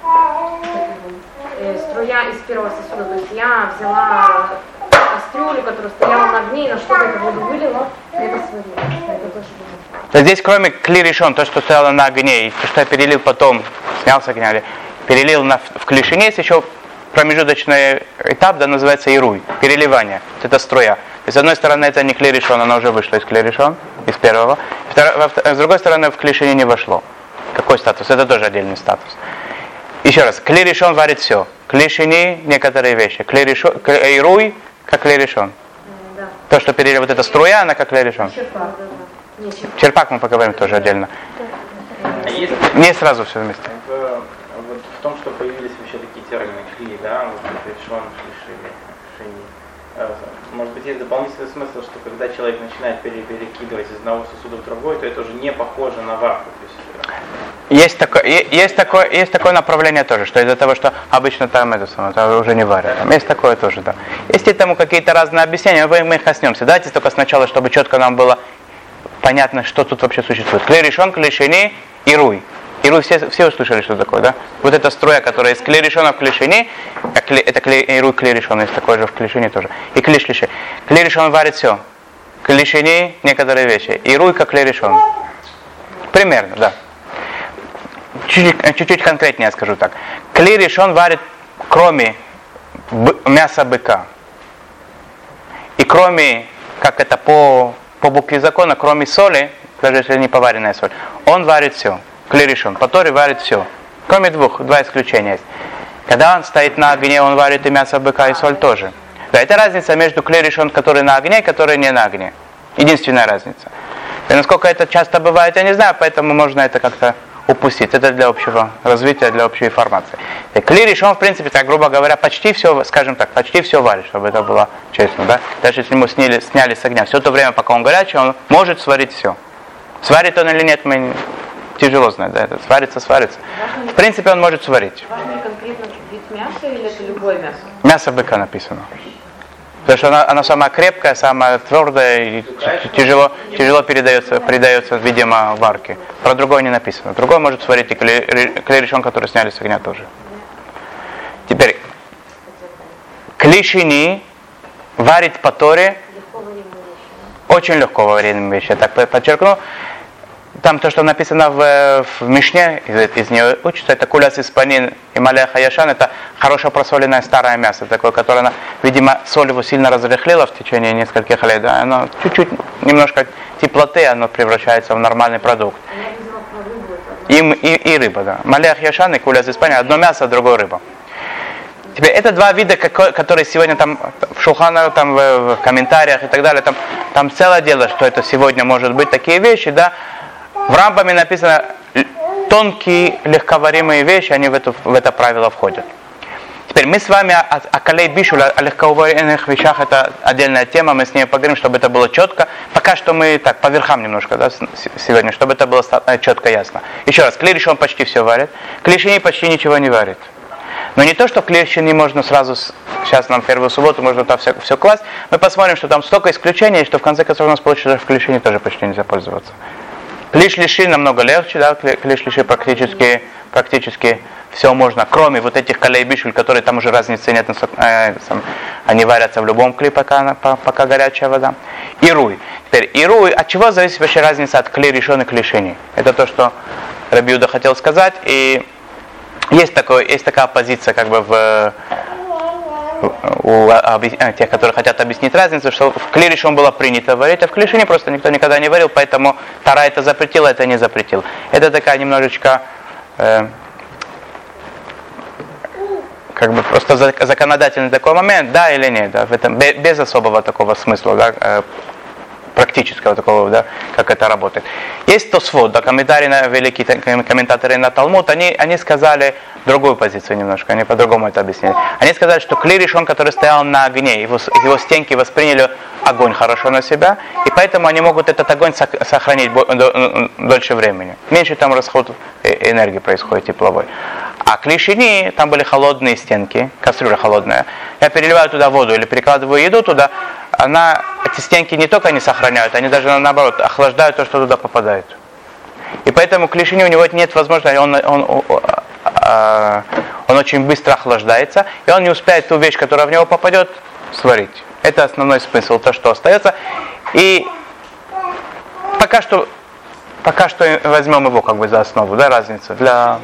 Э, Струя из первого сосуда, то есть я взяла кастрюлю, которая стояла на огне, и на что-то эту воду вылила, и это сварила. Это тоже будет варка. Здесь кроме кли решен, то, что стояло на огне, и то, что я перелил потом, снял с огня, или перелил на, в кли шини, есть еще промежуточный этап, да, называется ируй, переливание. Вот это струя. И с одной стороны это не кли решен, она уже вышла из кли решен, из первого. Втор, с другой стороны в кли шини не вошло. Какой статус? Это тоже отдельный статус. Еще раз, кли решен варит все. Кли шини некоторые вещи. Кли решен, ируй как кли решен. Да. То, что перелил, вот эта струя, она как кли решен. Черпак, да, да. Не, черпак. Черпак мы поговорим тоже отдельно. А есть Не сразу все вместе. в, вот в том, что появились вообще такие термины кли, да, вот решен, шлиши, шини. Э, Может быть, есть дополнительный смысл, что когда человек начинает пере- перекидывать из одного сосуда в другой, то это уже не похоже на варку. То есть, Есть такое, е- есть, такое, есть такое направление тоже, что из-за того, что обычно там это самое, там уже не варят. Там есть такое тоже, да. Есть этому какие-то разные объяснения, мы, мы их коснемся. Давайте только сначала, чтобы четко нам было понятно, что тут вообще существует. Кли решен, кли шини, ируй. Ируй все, все услышали, что такое, да? Вот эта струя, которая из кли решена в кли шини, а кли, это кли, ируй кли решен, есть такое же в кли шини тоже. И кли шлиши. Кли решен варит все. Кли шини некоторые вещи. Ируй как кли решен. Примерно, да. Чуть-чуть, чуть-чуть конкретнее я скажу так. Кли решен варит кроме б- мяса быка. И кроме, как это по, по букве закона, кроме соли, даже если не поваренная соль, он варит все. Кли решен. По Торе варит все. Кроме двух, два исключения есть. Когда он стоит на огне, он варит и мясо быка, и соль тоже. Да, это разница между кли решен, который на огне, и который не на огне. Единственная разница. И насколько это часто бывает, я не знаю, поэтому можно это как-то упустить. Это для общего развития, для общей информации. И кли решен, в принципе, так грубо говоря, почти все, скажем так, почти все варит, чтобы это было честно, да? Даже если ему сняли, сняли с огня, все то время, пока он горячий, он может сварить все. Сварит он или нет, мы тяжело знать, да, это сварится, сварится. В принципе, он может сварить. Важно ли конкретно вид мяса или это любое мясо? Мясо быка написано. Потому что она, она самая крепкая, самая твердая и тяжело, тяжело передается, передается, видимо, варке. Про другое не написано. Другое может сварить и клей-решон, который сняли с огня тоже. Теперь, клишини варит по Торе очень легко во время вещи. Я так подчеркну. Там то, что написано в, в Мишне, из, из нее учится, это куляс испанин и маля хаяшан, это хорошо просоленное старое мясо, такое, которое, видимо, соль его сильно разрыхлила в течение нескольких лет, да, оно чуть-чуть, немножко теплоты, оно превращается в нормальный продукт. И, и, и рыба, да. Маля хаяшан и куляс испанин, одно мясо, другое рыба. Теперь это два вида, которые сегодня там в Шулхане, там в, в комментариях и так далее, там, там целое дело, что это сегодня может быть такие вещи, да. В Рамбаме написано, тонкие, легковаримые вещи, они в это, в это правило входят. Теперь мы с вами о, о калей бишуль, о легковаримых вещах, это отдельная тема, мы с ней поговорим, чтобы это было четко. Пока что мы так, по верхам немножко, да, сегодня, чтобы это было четко ясно. Еще раз, клей-решон почти все варит, клей-шини почти ничего не варит. Но не то, что клей-шини можно сразу, сейчас нам в первую субботу можно там все, все класть, мы посмотрим, что там столько исключений, что в конце концов у нас получится, что в клей-шини тоже почти нельзя пользоваться. Клиш-лиши намного легче, да, клиш-лиши практически, практически все можно, кроме вот этих калей-бишуль, которые там уже разницы нет, э, они варятся в любом кле, пока, пока горячая вода. И руй. Теперь, и руй, от чего зависит вообще разница от клей-решон и клей-шини? Это то, что Раби Юда хотел сказать, и есть, такое, есть такая позиция, как бы в... у тех, которые хотят объяснить разницу, что в клей-решон было принято варить, а в клей-шини просто никто никогда не варил, поэтому Тора это запретила, это не запретил. Это такая немножечко э, как бы просто законодательный такой момент, да или нет, да, в этом, без особого такого смысла, да, э, практического такого, да, как это работает. Есть Тосфот, да, комментарии на, великие комментаторы на Талмуд, они, они сказали другую позицию немножко, они по-другому это объяснили. Они сказали, что клей-решон, который стоял на огне, его, его стенки восприняли огонь хорошо на себя, и поэтому они могут этот огонь сохранить дольше времени. Меньше там расход энергии происходит тепловой. А клей-шини, там были холодные стенки, кастрюля холодная. Я переливаю туда воду или перекладываю еду туда, она, эти стенки не только не сохраняют, они даже наоборот охлаждают то, что туда попадает. И поэтому клей-шини у него нет возможности, он, он, он, он очень быстро охлаждается, и он не успеет ту вещь, которая в него попадет, сварить. Это основной смысл, то, что остается. И пока что, пока что возьмем его как бы за основу, да, разница для...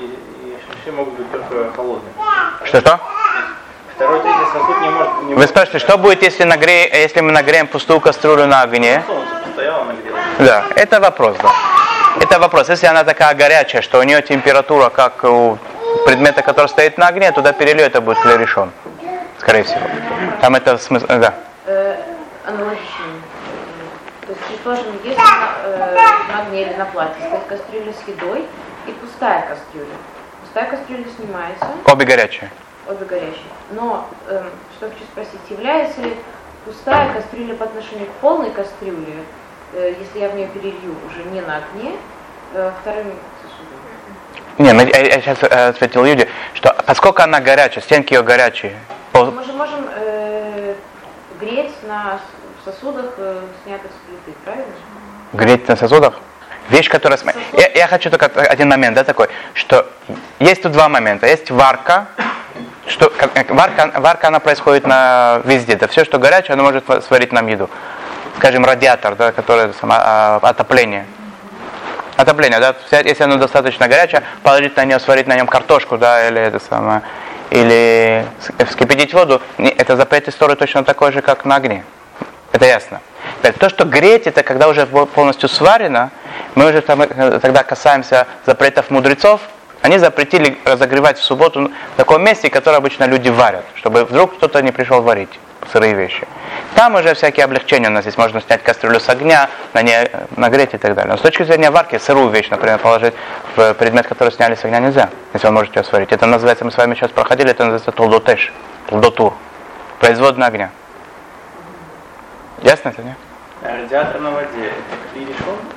И могут быть только холодные. Что-что? Второй, третий сосуд не может... Не Вы спрашиваете, что будет, если, нагре... если мы нагреем пустую кастрюлю на огне? Солнце постояло, нагрелось. Да, это вопрос, да. Это вопрос. Если она такая горячая, что у нее температура, как у предмета, который стоит на огне, туда перельет, это будет клей-решон. Скорее всего. Там это смысл... Да. Э, аналогично. То есть, предположим, если на, э, на огне или на плате стоит кастрюля с едой и пустая кастрюля. Пустая кастрюля снимается. Обе горячие. Обе горячие. Но, э, что хочу спросить, является ли пустая кастрюля по отношению к полной кастрюле, э, если я в нее перелью уже не на огне, э, вторым сосудом? Не, ну, я, я сейчас э, ответил Юде, что поскольку она горячая, стенки ее горячие. По... Мы же можем э, греть на сосудах, э, снятых с плиты, правильно? Греть на сосудах? Вещь, которая... Я, я хочу только один момент, да, такой, что есть тут два момента. Есть варка, что варка, варка она происходит на везде, да, все, что горячее, оно может сварить нам еду. Скажем, радиатор, да, который само, отопление. Отопление, да, если оно достаточно горячее, положить на нее, сварить на нем картошку, да, или это самое, или вскипятить воду, это запрет истории точно такой же, как на огне. Это ясно. То, что греть, это когда уже полностью сварено, мы уже там, тогда касаемся запретов мудрецов. Они запретили разогревать в субботу в таком месте, которое обычно люди варят, чтобы вдруг кто-то не пришел варить сырые вещи. Там уже всякие облегчения у нас есть. Можно снять кастрюлю с огня, на ней нагреть и так далее. Но с точки зрения варки, сырую вещь, например, положить в предмет, который сняли с огня, нельзя, если он может ее сварить. Это называется, мы с вами сейчас проходили, это называется толдотеш, толдотур, производная огня. Ясно это, нет? Радиатор на воде, это клей-решон?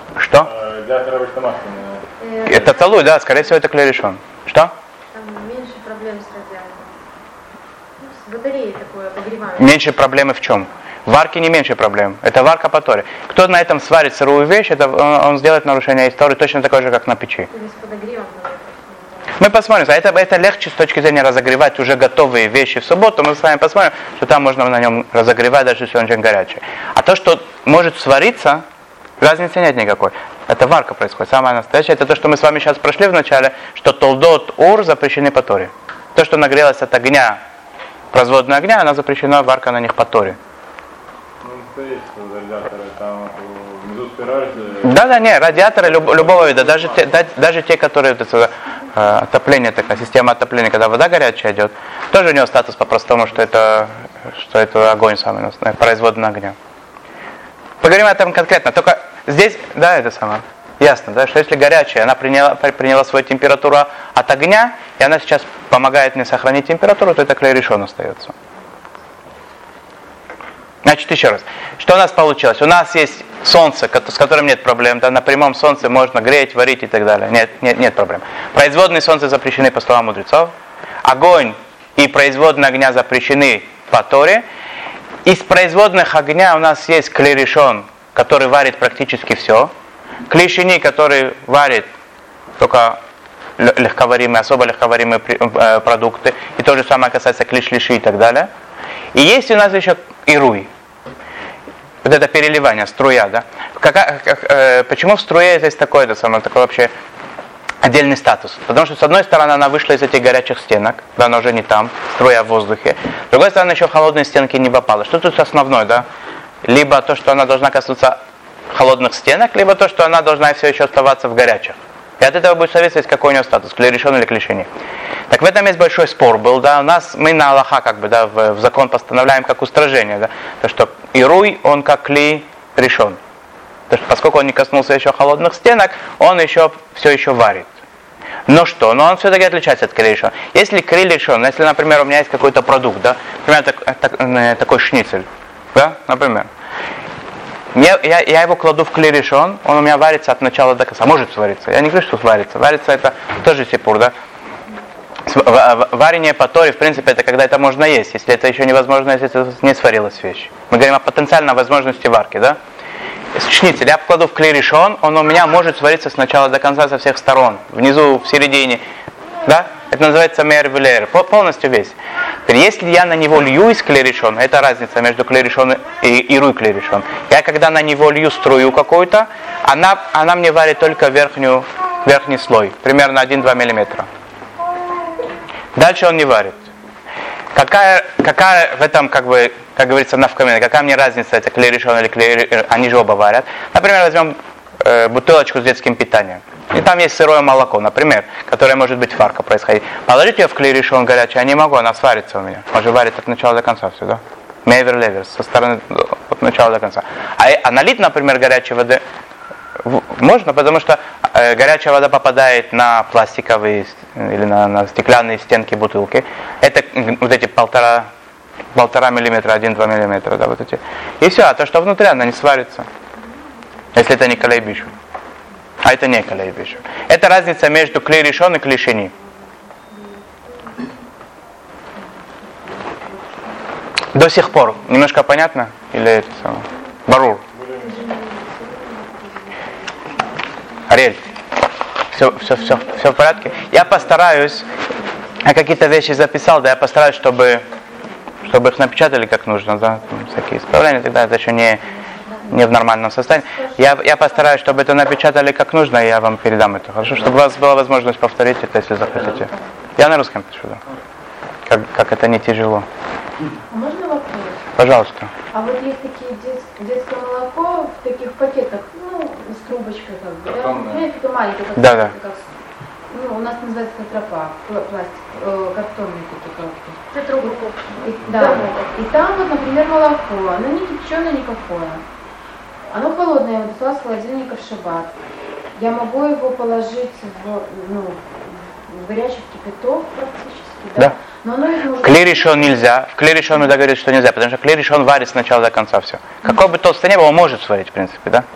Что? Э, Для коробочного масла. Э, Это талуй, да, скорее всего это клей-решон. Что? Там меньше проблем с радиатором. Ну, с батареей такое обогревание. Меньше проблемы в чем? В варке не меньше проблем. Это варка по Торе. Кто на этом сварит сырую вещь, это он, он сделает нарушение истории точно такое же, как на печи. Или с подогревом, наверное. Мы посмотрим, это, это легче с точки зрения разогревать уже готовые вещи в субботу. Мы с вами посмотрим, что там можно на нем разогревать, даже если он очень горячий. А то, что может свариться, разницы нет никакой. Это варка происходит. Самое настоящее, это то, что мы с вами сейчас прошли в начале, что толдот, ур запрещены по Торе. То, что нагрелось от огня, производная огня, она запрещена, варка на них по Торе. Ну, то есть радиаторы, там внизу спираль. Да, да, не, радиаторы люб, любого вида, даже те, да, даже те, которые это, э, отопление, такая система отопления, когда вода горячая идет, тоже у него статус по-простому, что это, что это огонь самый, производный огня. Поговорим об этом конкретно, только здесь, да, это самое, ясно, да, что если горячая, она приняла, приняла свою температуру от огня, и она сейчас помогает мне сохранить температуру, то это клей-решон остается. Значит, еще раз, что у нас получилось? У нас есть солнце, с которым нет проблем, да, на прямом солнце можно греть, варить и так далее, нет, нет, нет проблем. Производные солнца запрещены по словам мудрецов, огонь и производные огня запрещены по Торе. Из производных огня у нас есть клей-решон, который варит практически все, клей-шини, который варит только легковаримые, особо легковаримые продукты, и то же самое касается клей-шлиши и так далее. И есть у нас еще ируй. Вот это переливание, струя, да. Как, как, э, почему в струе здесь такой, это самое, такой вообще отдельный статус? Потому что с одной стороны она вышла из этих горячих стенок, да, она уже не там, струя в воздухе. С другой стороны еще в холодные стенки не попала. Что тут основное, да? Либо то, что она должна коснуться холодных стенок, либо то, что она должна все еще оставаться в горячих. И от этого будет зависеть, какой у нее статус, клей-решон или клей-шини. Так в этом есть большой спор был, да, у нас, мы на Аллаха, как бы, да, в, в закон постановляем как устражение, да, то, что ируй, он как клей-решон. То, что поскольку он не коснулся еще холодных стенок, он еще, все еще варит. Но что? Но он все-таки отличается от клей-решона. Если клей-решон, если, например, у меня есть какой-то продукт, да, например, так, так, такой шницель, да, например, Я, я, я его кладу в клей-решон, он у меня варится от начала до конца. Может свариться. Я не говорю, что сварится. Варится это тоже сипур, да? Варение по Торе, в принципе, это когда это можно есть. Если это еще невозможно, если это не сварилась вещь. Мы говорим о потенциальной возможности варки, да? Шницель я кладу в клей-решон, он у меня может свариться с начала до конца со всех сторон. Внизу, в середине. Да? Это называется мейр-велейр, полностью весь. Теперь, если я на него лью из клей-решон, это разница между клей-решон и ируй клей-решон. Я когда на него лью струю какую-то, она, она мне варит только верхнюю, верхний слой, примерно один-два миллиметра. Дальше он не варит. Какая, какая в этом, как бы, как говорится, навкамина, какая мне разница, это клей-решон или клей, они же оба варят. Например, возьмем э, бутылочку с детским питанием. И там есть сырое молоко, например, которое может быть варка происходить. Положить ее в клей-решон горячий, я не могу, она сварится у меня. Он же варит от начала до конца все, да? Мейвер-левер, со стороны от начала до конца. А, а налить, например, горячей воды можно, потому что э, горячая вода попадает на пластиковые или на, на стеклянные стенки бутылки. Это вот эти полтора, полтора миллиметра, один-два миллиметра, да, вот эти. И все, а то, что внутри, она не сварится. Если это не калейбишу. А это не калейбишу. Это разница между клей-решон и клей-шини. До сих пор. Немножко понятно? Или это самое? Барур. Ариэль. Все, все, все, все в порядке? Я постараюсь, я какие-то вещи записал, да, я постараюсь, чтобы, чтобы их напечатали как нужно, да, всякие исправления, тогда это еще не, не в нормальном состоянии. Я, я постараюсь, чтобы это напечатали как нужно, и я вам передам это, хорошо? Чтобы у вас была возможность повторить это, если захотите. Я на русском пишу, да. Как, как это не тяжело. Можно вопрос? Пожалуйста. А вот есть такие дет, детское молоко в таких пакетах, ну, с трубочкой как бы, да? Ну, такое маленькое, как, да, да. Как, ну, у нас называется тетропак, пластик, э, картонные такие коробки. Тетрубку. Да. И там вот, например, молоко, оно не кипяченое никакое. Оно холодное, я его достала с холодильника в шаббат. Я могу его положить в, ну, в горячий кипяток практически, да? Да. Но оно может... Клей-решон нельзя. В клей-решон говорит, что нельзя, потому что клей-решон варит с начала до конца все. Какой бы толстый не был, он может сварить, в принципе, да?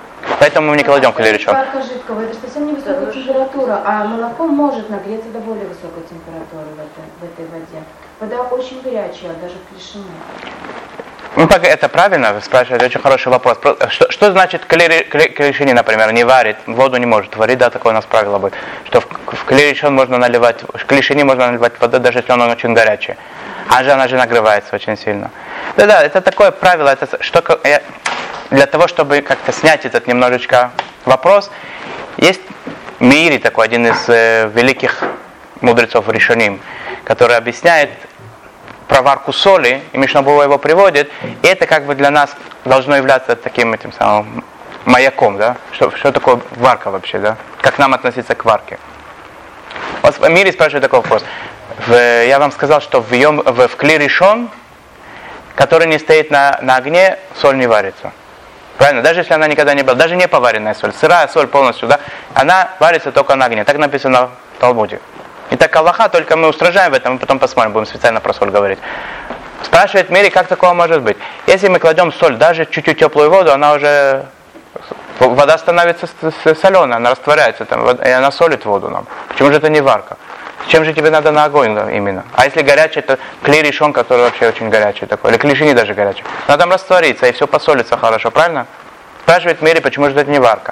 Поэтому мы не кладем клей-решон. Варка жидкого, это же совсем невысокая температура, а молоко может нагреться до более высокой температуры в этой, в этой воде. Вода очень горячая, даже в клешине. Ну, это правильно, вы спрашиваете, очень хороший вопрос. Что, что значит клей-решини, например, не варит, воду не может варить, да, такое у нас правило будет, что в, в клей-решон можно наливать, в клешини можно наливать воду, даже если он очень горячий. А же она же нагревается очень сильно. Да-да, это такое правило, это что, для того, чтобы как-то снять этот немножечко вопрос, есть Мири, такой один из э, великих мудрецов Ришоним, который объясняет про варку соли, и Мишна-Бура его приводит, и это как бы для нас должно являться таким этим самым маяком, да? Что, что такое варка вообще, да? Как нам относиться к варке? Вот в Мире спрашивает такой вопрос. В, я вам сказал, что в, йом, в, в клей-решон, который не стоит на, на огне, соль не варится. Правильно? Даже если она никогда не была, даже не поваренная соль, сырая соль полностью, да? Она варится только на огне. Так написано в Талмуде. И так Аллаха, только мы устражаем в этом, мы потом посмотрим, будем специально про соль говорить. Спрашивает Мири, как такого может быть? Если мы кладем соль, даже чуть-чуть теплую воду, она уже, вода становится соленая, она растворяется, там, и она солит воду нам. Почему же это не варка? Чем же тебе надо на огонь именно? А если горячий, это клей-решон, который вообще очень горячий такой, или клешини даже горячий. Надо там раствориться, и все посолится хорошо, правильно? Спрашивает Мири, почему же это не варка?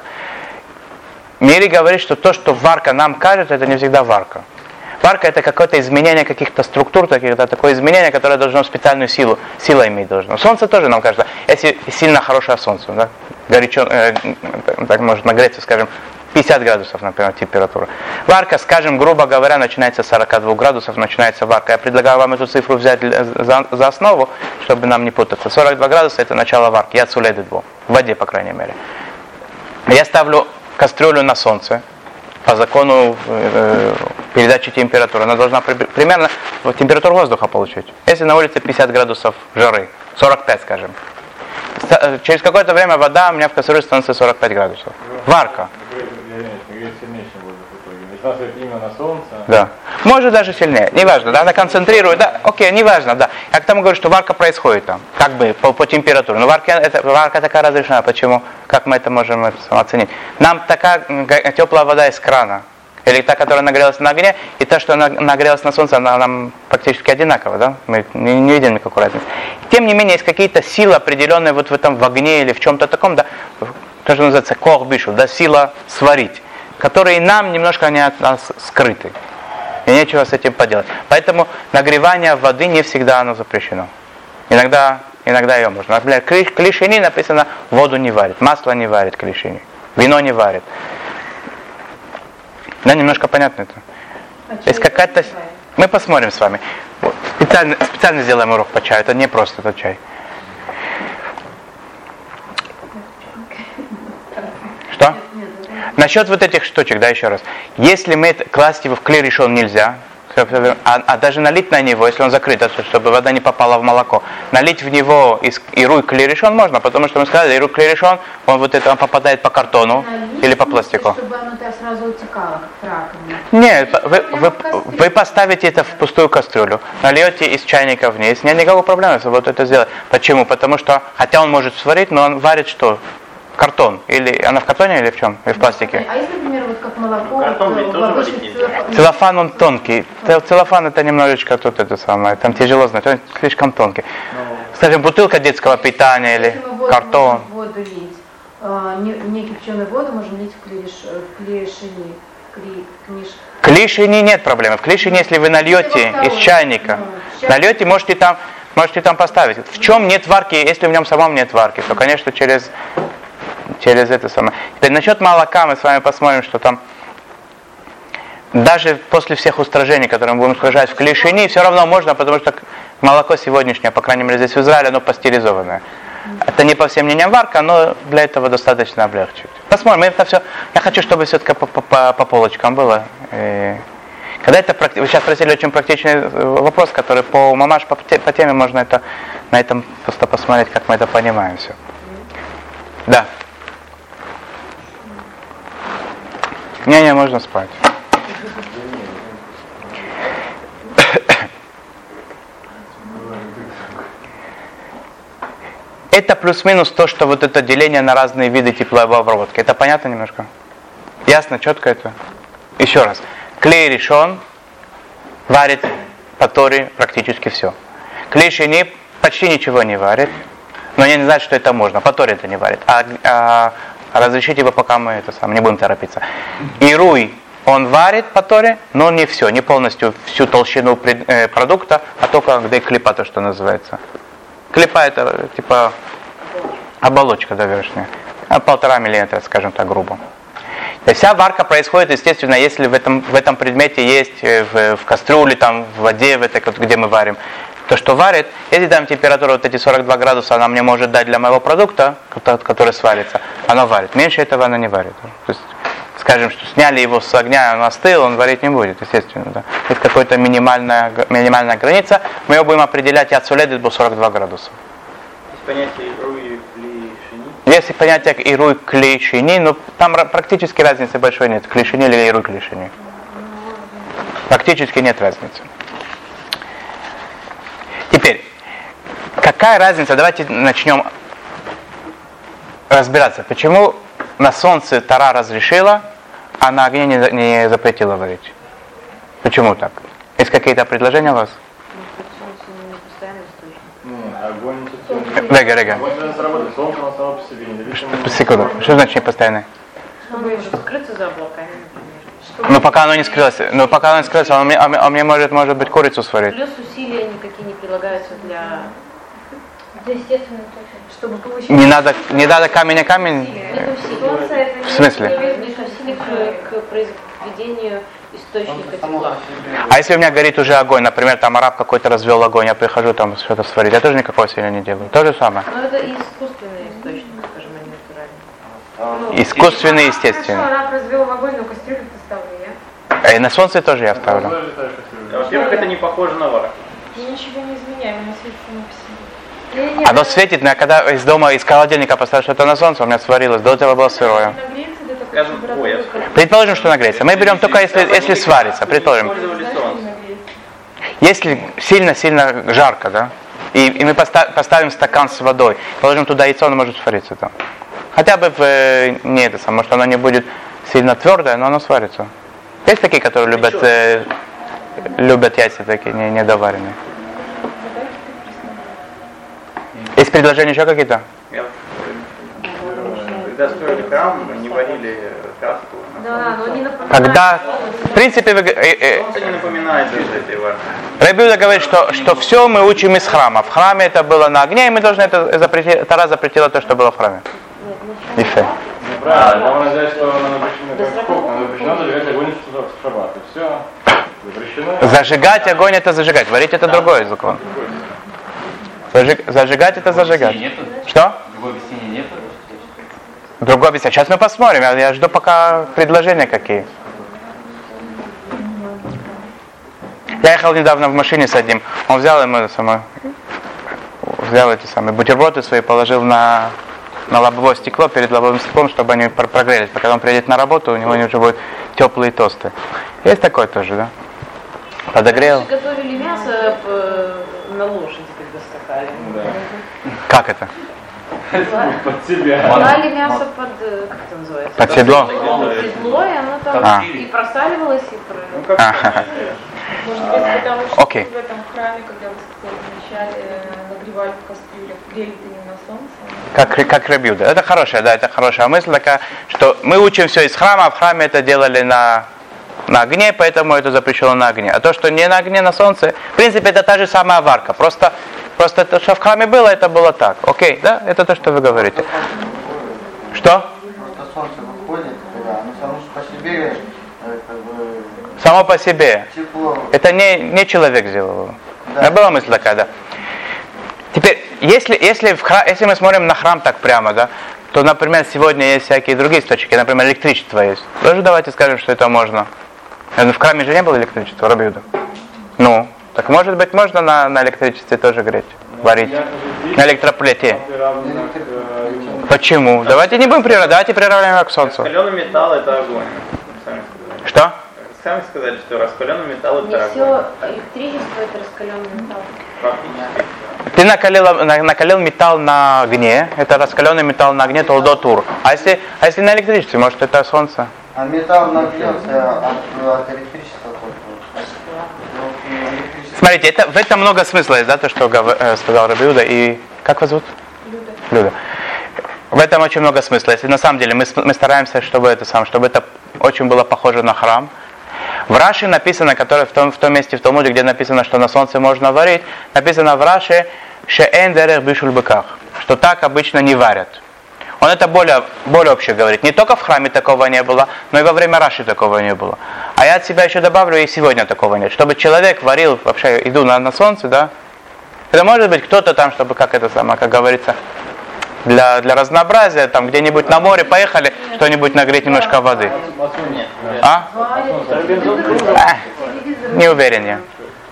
Мири говорит, что то, что варка нам кажется, это не всегда варка. Варка это какое-то изменение каких-то структур, каких-то такое изменение, которое должно специальную силу, сила иметь должно. Солнце тоже нам кажется, если сильно хорошее солнце, да, горячо, э, так может нагреться, скажем, пятьдесят градусов, например, температура. Варка, скажем, грубо говоря, начинается с сорока двух градусов, начинается варка. Я предлагаю вам эту цифру взять за, за основу, чтобы нам не путаться. сорок два градуса это начало варки, я цуледы дву, в воде, по крайней мере. Я ставлю кастрюлю на солнце. По закону э, передачи температуры. Она должна при, примерно температуру воздуха получить. Если на улице пятьдесят градусов жары, сорок пять, скажем. Через какое-то время вода у меня в кастрюле становится сорок пять градусов. Варка. Именно на солнце. Да. Может даже сильнее. Неважно, да, она концентрирует, да, окей, неважно, да. Я к тому говорю, что варка происходит там, как бы по, по температуре. Но варка, это, варка такая разрешена. Почему? Как мы это можем это, оценить? Нам такая теплая вода из крана, или та, которая нагрелась на огне, и та, что нагрелась на солнце, она нам практически одинакова, да? Мы не, не видим никакой разницы. Тем не менее, есть какие-то силы определенные вот в этом в огне или в чем-то таком, да, то, что называется кох бишу, да, сила сварить, которые нам немножко они от нас скрыты. И нечего с этим поделать. Поэтому нагревание воды не всегда оно запрещено. Иногда, иногда ее можно. Например, клешини написано, воду не варит, масло не варит клешини, вино не варит. Да, немножко понятно это. А есть какая-то... Мы посмотрим с вами. Специально, специально сделаем урок по чаю. Это не просто этот чай. Что? Насчет вот этих штучек, да, еще раз. Если мы это, класть его в клей-решон нельзя, а, а даже налить на него, если он закрыт, чтобы вода не попала в молоко, налить в него из, ируй клей-решон можно, потому что мы сказали, ируй клей-решон, он вот это он попадает по картону налить, или по пластику. Чтобы оно сразу утекало, как раковина. Нет, вы, вы, вы поставите это в пустую кастрюлю, нальете из чайника вниз, нет никакой проблемы, вот это сделать. Почему? Потому что, хотя он может сварить, но он варит что? Картон. Или она в картоне или в чем? Или в пластике? А если, например, вот как молоко... Ну, картон ведь тоже варить нельзя. Целлофан он тонкий. Целлофан это немножечко тут это самое. Там тяжело знать, он слишком тонкий. Ну, скажем, бутылка детского питания или воду, картон. Воду лить. А, не, не кипяченую воду можем лить в клешини. В клешини нет проблемы. В клешини, если вы нальете из чайника, ну, нальете, можете там, можете там поставить. В чем нет варки, если в нем самом нет варки, то, конечно, через... через это самое. Теперь насчет молока мы с вами посмотрим, что там даже после всех устражений, которые мы будем устражать в клешини, все равно можно, потому что молоко сегодняшнее, по крайней мере здесь в Израиле, оно пастеризованное. Это не по всем мнениям варка, но для этого достаточно облегчить. Посмотрим, это все. Я хочу, чтобы все-таки по, по, по полочкам было. И когда это вы сейчас спросили очень практичный вопрос, который по мамаш, по, по теме можно это на этом просто посмотреть, как мы это понимаем все. Да. Не-не, можно спать. Это плюс-минус то, что вот это деление на разные виды тепловой обработки. Это понятно немножко? Ясно, четко это? Еще раз. Клей решен, варит по Торе практически все. Клей шини почти ничего не варит, но я не знаю, что это можно. По Торе это не варит. А, а, разрешите его, пока мы это сам, не будем торопиться. Ируй, он варит по Торе, но не все, не полностью всю толщину пред, э, продукта, а только где клипа, то, что называется. Клипа это типа оболочка, да, верхняя. Полтора миллиметра, скажем так, грубо. Вся варка происходит, естественно, если в этом, в этом предмете есть в, в кастрюле, там, в воде, в этой, где мы варим, то, что варит, если там температура вот эти сорок два градуса, она мне может дать для моего продукта, который сварится, оно варит. Меньше этого она не варит. То есть, скажем, что сняли его с огня, он остыл, он варить не будет, естественно. Да. Есть какая-то минимальная, минимальная граница, мы ее будем определять от соледы до сорок два градуса. Есть понятие ируй, клей, шини? Есть понятие ируй, клей, шини, но там практически разницы большой нет, клей, шини или ируй, клей, шини. Практически нет разницы. Теперь, какая разница, давайте начнем разбираться, почему на солнце Тора разрешила, а на огне не, не запретила варить. Почему так? Есть какие-то предложения у вас? Огонь не Рега, рега. Можно сработать, солнце оно само по себе, независимо. Секунду, что значит непостоянный? Чтобы скрыться за облаками, например. Ну пока оно не скрылось, ну пока оно не скрылось, он мне, он мне может, может быть курицу сварить. Плюс усилия никакие не прилагаются для... Это естественно точно. Чтобы получить... Не надо, не надо камень о камень? Это усилие. В смысле? Это усилие к, к произведению источника тепла. А если у меня горит уже огонь, например, там араб какой-то развел огонь, я прихожу там что-то сварить, я тоже никакого усилия не делаю. То же самое. Но это искусственный источник, скажем, а не натуральный. Искусственный, естественный. Хорошо, араб развел огонь, но кастрюлю ты ставлю я. И на солнце тоже я ставлю. Во-первых, это не похоже на вар. Я ничего не изменяю, оно светит само по себе. Не, не, Оно не, светит, но я когда из дома, из холодильника поставил что-то на солнце, у меня сварилось, до этого было сырое. нагреется до такой Скажем, температуры, ой, я как- Предположим, что нагреется. Мы берем только если, если сварится, предположим. Использовали Знаешь, солнце. не нагреется. Если сильно-сильно жарко, да, и, и мы поста- поставим стакан с водой, положим туда яйцо, оно может свариться там. Хотя бы в, э, не это самое, может оно не будет сильно твердое, но оно сварится. Есть такие, которые любят, э, любят яйца такие, не, недоваренные. Есть предложения еще какие-то? Я, когда строили храм, мы не варили краску. Да, но не напоминает. Когда, в принципе, вы, э, э, Солнце не напоминает из этой варки. Рабби Иуда говорит, что, что все мы учим из храма. В храме это было на огне, и мы должны это запретить. Тора запретила то, что было в храме. И все. Неправильно, там нельзя, что оно запрещено, как сколько, оно запрещено зажигать огонь в шаббат. И все. Запрещено. Зажигать огонь это зажигать. Варить это другой закон. Зажиг, зажигать это зажигать. Нету? Что? Другого объяснения нету? Другое объяснение. Сейчас мы посмотрим. Я, я жду пока предложения какие. Я ехал недавно в машине с одним. Он взял ему самое, взял эти самые бутерброды свои, положил на, на лобовое стекло, перед лобовым стеклом, чтобы они пр- прогрелись. Пока он приедет на работу, у него уже будут теплые тосты. Есть такое тоже, да? Подогрел. Раньше готовили мясо э, на лошади, когда скакали. Да. Как это? Под себя. Клали мясо под, э, как это называется? Под седло? Под седло, и оно там А. и просаливалось, и про... Ну как Ага. Может быть, потому что Окей. в этом храме, когда вы сказали вначале, э, нагревали в кастрюлях, грели-то не на солнце. Как, как Рабби Иуда. Это хорошая, да, это хорошая мысль такая, что мы учим все из храма, а в храме это делали на, на огне, поэтому это запрещено на огне. А то, что не на огне, на солнце, в принципе, это та же самая варка. Просто, просто то, что в храме было, это было так. Окей, да? Это то, что вы говорите. Что? Просто солнце выходит, когда оно само по себе, э, как бы, Само по себе. тепло. Это не, не человек сделал его. Да. Была мысль такая, да. Теперь, если, если, в храм, если мы смотрим на храм так прямо, да, то, например, сегодня есть всякие другие источники, например, электричество есть. Тоже давайте скажем, что это можно. В храме же не было электричества, Рабби Иуда. Ну, так может быть можно на, на электричестве тоже греть, варить. На электроплите. Почему? Давайте не будем приравнивать, давайте приравниваем к солнцу. раскаленный металл это огонь. Сами сказали. Что? Сами сказали, что раскаленный металл Не это все огонь. электричество это раскаленный металл. Практически. Ты накалил, накалил металл на огне, это раскаленный металл на огне, толдотур. А если, а если на электричестве, может это солнце? А металл нагрелся от, от электричества только. Смотрите, это, в этом много смысла есть, да, то, что э, сказал Раби Иуда. И как вас зовут? Люда. Люда. В этом очень много смысла. Если на самом деле мы, мы стараемся, чтобы это сам, чтобы это очень было похоже на храм. В Раши написано, который, в, том, в том месте в Талмуде, где написано, что на солнце можно варить, написано в Раши «Шеэн дерех бишуль беках», что так обычно не варят. Он это более, более общее говорит. Не только в храме такого не было, но и во время Раши такого не было. А я от себя еще добавлю, и сегодня такого нет. Чтобы человек варил вообще еду на, на солнце, да, это может быть кто-то там, чтобы, как это самое, как говорится, Для, для разнообразия, там где-нибудь на море поехали, что-нибудь нагреть немножко воды. А? а? Не уверен я.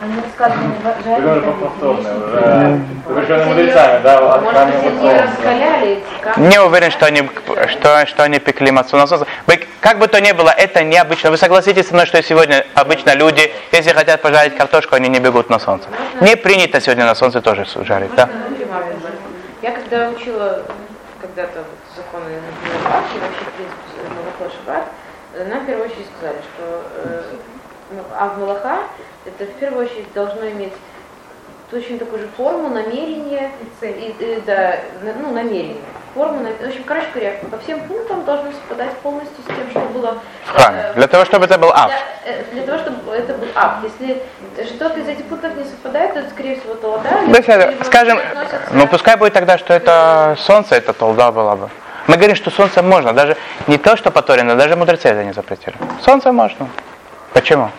Не уверен, что они, что, что они пекли мацу на солнце. Как бы то ни было, это необычно. Вы согласитесь со мной, что сегодня обычно люди, если хотят пожарить картошку, они не бегут на солнце. Не принято сегодня на солнце тоже жарить, да? Я когда учила когда-то вот законы Шаббат, и вообще, в принципе, молоко Шаббат, нам в первую очередь сказали, что э, ну, ав молока, это в первую очередь должно иметь точно такую же форму, намерение, и, и, да, ну, намерение. Форму, в общем, короче говоря, по всем пунктам должно совпадать полностью с тем, что было... Э, для того, чтобы это был ав. Для, для того, чтобы это был ав. Если что-то из этих пунктов не совпадает, то это, скорее всего, толда. Да, скажем, ну пускай будет тогда, что это солнце, это толда была бы. Мы говорим, что солнце можно, даже не то, что по Торе, но даже мудрецы это не запретили. Солнце можно. Почему?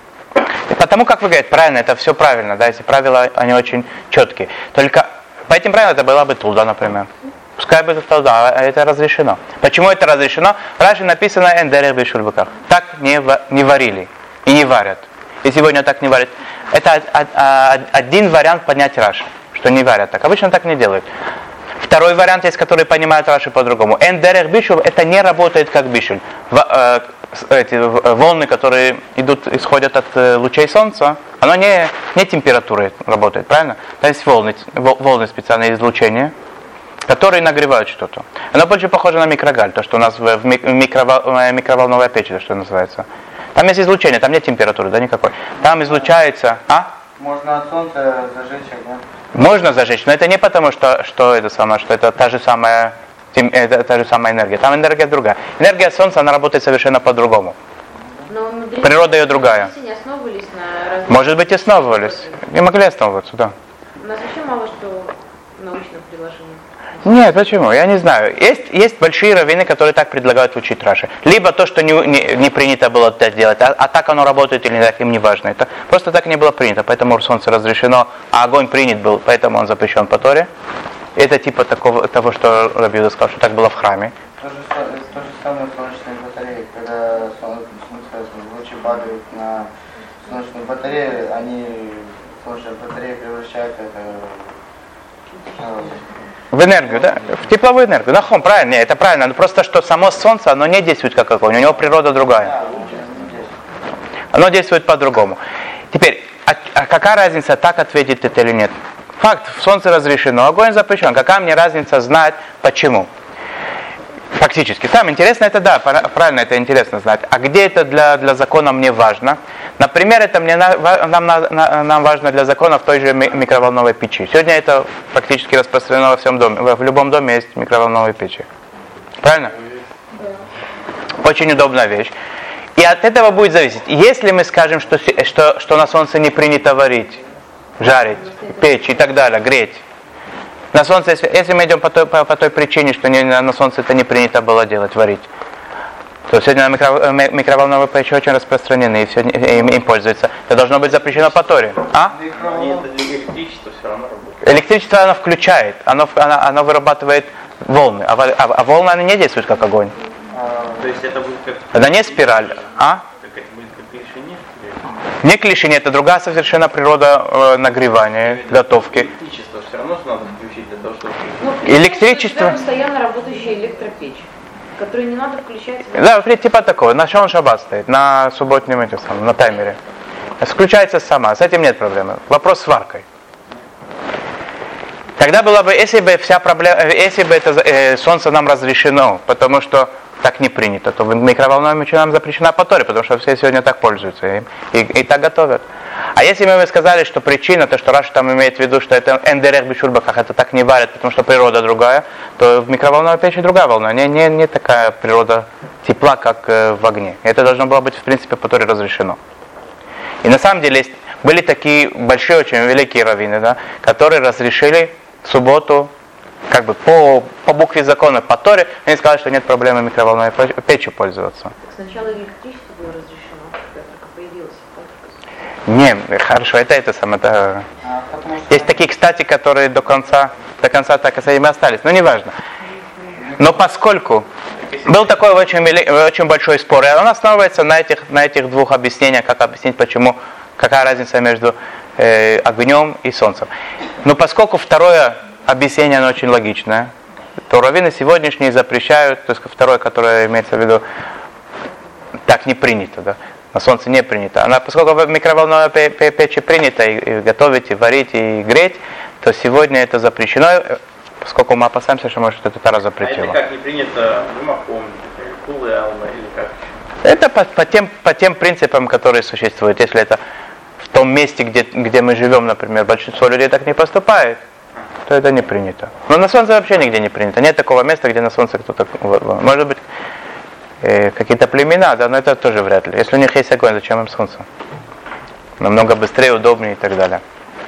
Потому как вы говорите, правильно, это все правильно, да, эти правила, они очень четкие. Только по этим правилам это была бы толда, например. Пускай будет толда, а это разрешено. Почему это разрешено? В Раши написано «эндерер бишуль беках». Так не, не варили и не варят. И сегодня так не варят. Это один вариант поднять Раши, что не варят так. Обычно так не делают. Второй вариант есть, который понимает Раши по-другому. «Эндерер бишуль» это не работает как бишуль. Эти волны, которые идут, исходят от лучей солнца, оно не, не температурой работает, правильно? То есть волны, волны специальные излучения, которые нагревают что-то. Оно больше похоже на микрогаль, то, что у нас в микровол, микроволновой печи, что называется. Там есть излучение, там нет температуры, да, никакой. Там излучается, а? Можно от солнца зажечь огонь. Можно зажечь, но это не потому, что, что это самое, что это та же самая, это та же самая энергия. Там энергия другая. Энергия солнца, она работает совершенно по-другому. Природа ее другая. Не основывались на Может быть, основывались. И могли основываться, да. У нас вообще мало что научных приложений. Нет, почему? Я не знаю. Есть, есть большие раввины, которые так предлагают учить Раши. Либо то, что не, не, не принято было так делать, а, а так оно работает или не так, им не важно. Это просто так не было принято, поэтому солнце разрешено, а огонь принят был, поэтому он запрещен по Торе. Это типа такого, того, что Раби Иуда сказал, что так было в храме. То же, то же самое солнечные батареи, когда солнце, лучи падают на солнечные батареи, они солнечные батареи превращают это в энергию, да? В тепловую энергию. Нахом, правильно, нет, это правильно. Но просто что само солнце, оно не действует как огонь, у него природа другая. Оно действует по-другому. Теперь, а, а какая разница, так ответит это или нет? Факт, солнце разрешено, огонь запрещен. Какая мне разница знать, почему? Фактически. Там интересно это, да, правильно, это интересно знать. А где это для, для закона мне важно? Например, это мне, нам, нам важно для закона в той же микроволновой печи. Сегодня это практически распространено во всем доме. В любом доме есть микроволновые печи. Правильно? Очень удобная вещь. И от этого будет зависеть. Если мы скажем, что, что, что на солнце не принято варить, жарить, печь и так далее, греть. На солнце, если, если мы идем по той, по, по той причине, что не, на солнце это не принято было делать, варить, то сегодня микро, микроволновые печи очень распространены, и все, им, им пользуются. Это должно быть запрещено по Торе. А? Нет, электричество все равно работает. Электричество оно включает, оно, оно, оно вырабатывает волны, а, а, а волны они не действуют как огонь. А, то есть это будет как... Это не спираль, а? Так это будет как клишине? Не клишине, это другая совершенно природа э, нагревания, готовки. Электричество все равно надо включить для того, чтобы... Ну, электричество... постоянно работающая электропечь, которую не надо включать... Да, типа такого. На чем он шаббат стоит? На субботнем этим самым, на таймере. Включается сама, с этим нет проблемы. Вопрос с варкой. Тогда было бы, если бы вся проблема, если бы это э, солнце нам разрешено, потому что так не принято, то микроволновая печь нам запрещена по Торе, потому что все сегодня так пользуются и, и, и так готовят. А если бы мы сказали, что причина, то что Раши там имеет в виду, что это эндерех бешурбаках, это так не варят, потому что природа другая, то в микроволновой печи другая волна, не, не, не такая природа тепла, как э, в огне. Это должно было быть, в принципе, по Торе разрешено. И на самом деле есть, были такие большие, очень великие раввины, да, которые разрешили в субботу, как бы по, по букве закона, по Торе, они сказали, что нет проблемы микроволновой печью пользоваться. Сначала электричество было разрешено, когда только появилось. Не, хорошо, это это самое. Это... А, потому что- Есть такие, кстати, которые до конца, до конца так и с этим остались, но неважно. Но поскольку был такой очень, вели- очень большой спор, и он основывается на этих, на этих двух объяснениях, как объяснить, почему, какая разница между э, огнем и солнцем. Но поскольку второе объяснение, оно очень логичное, то раввины сегодняшние запрещают, то есть второе, которое имеется в виду, так не принято, да, на солнце не принято. Она, поскольку в микроволновой печи принято и, и готовить, и варить, и греть, то сегодня это запрещено, поскольку мы опасаемся, что может это Тора запретила. А это как не принято в Маком, Кулы, Алма или как? Это по, по, тем, по тем принципам, которые существуют. Если это в том месте, где, где мы живем, например, большинство людей так не поступает, то это не принято. Но на солнце вообще нигде не принято. Нет такого места, где на солнце кто-то... Может быть, э, какие-то племена, да, но это тоже вряд ли. Если у них есть огонь, зачем им солнце? Намного быстрее, удобнее и так далее.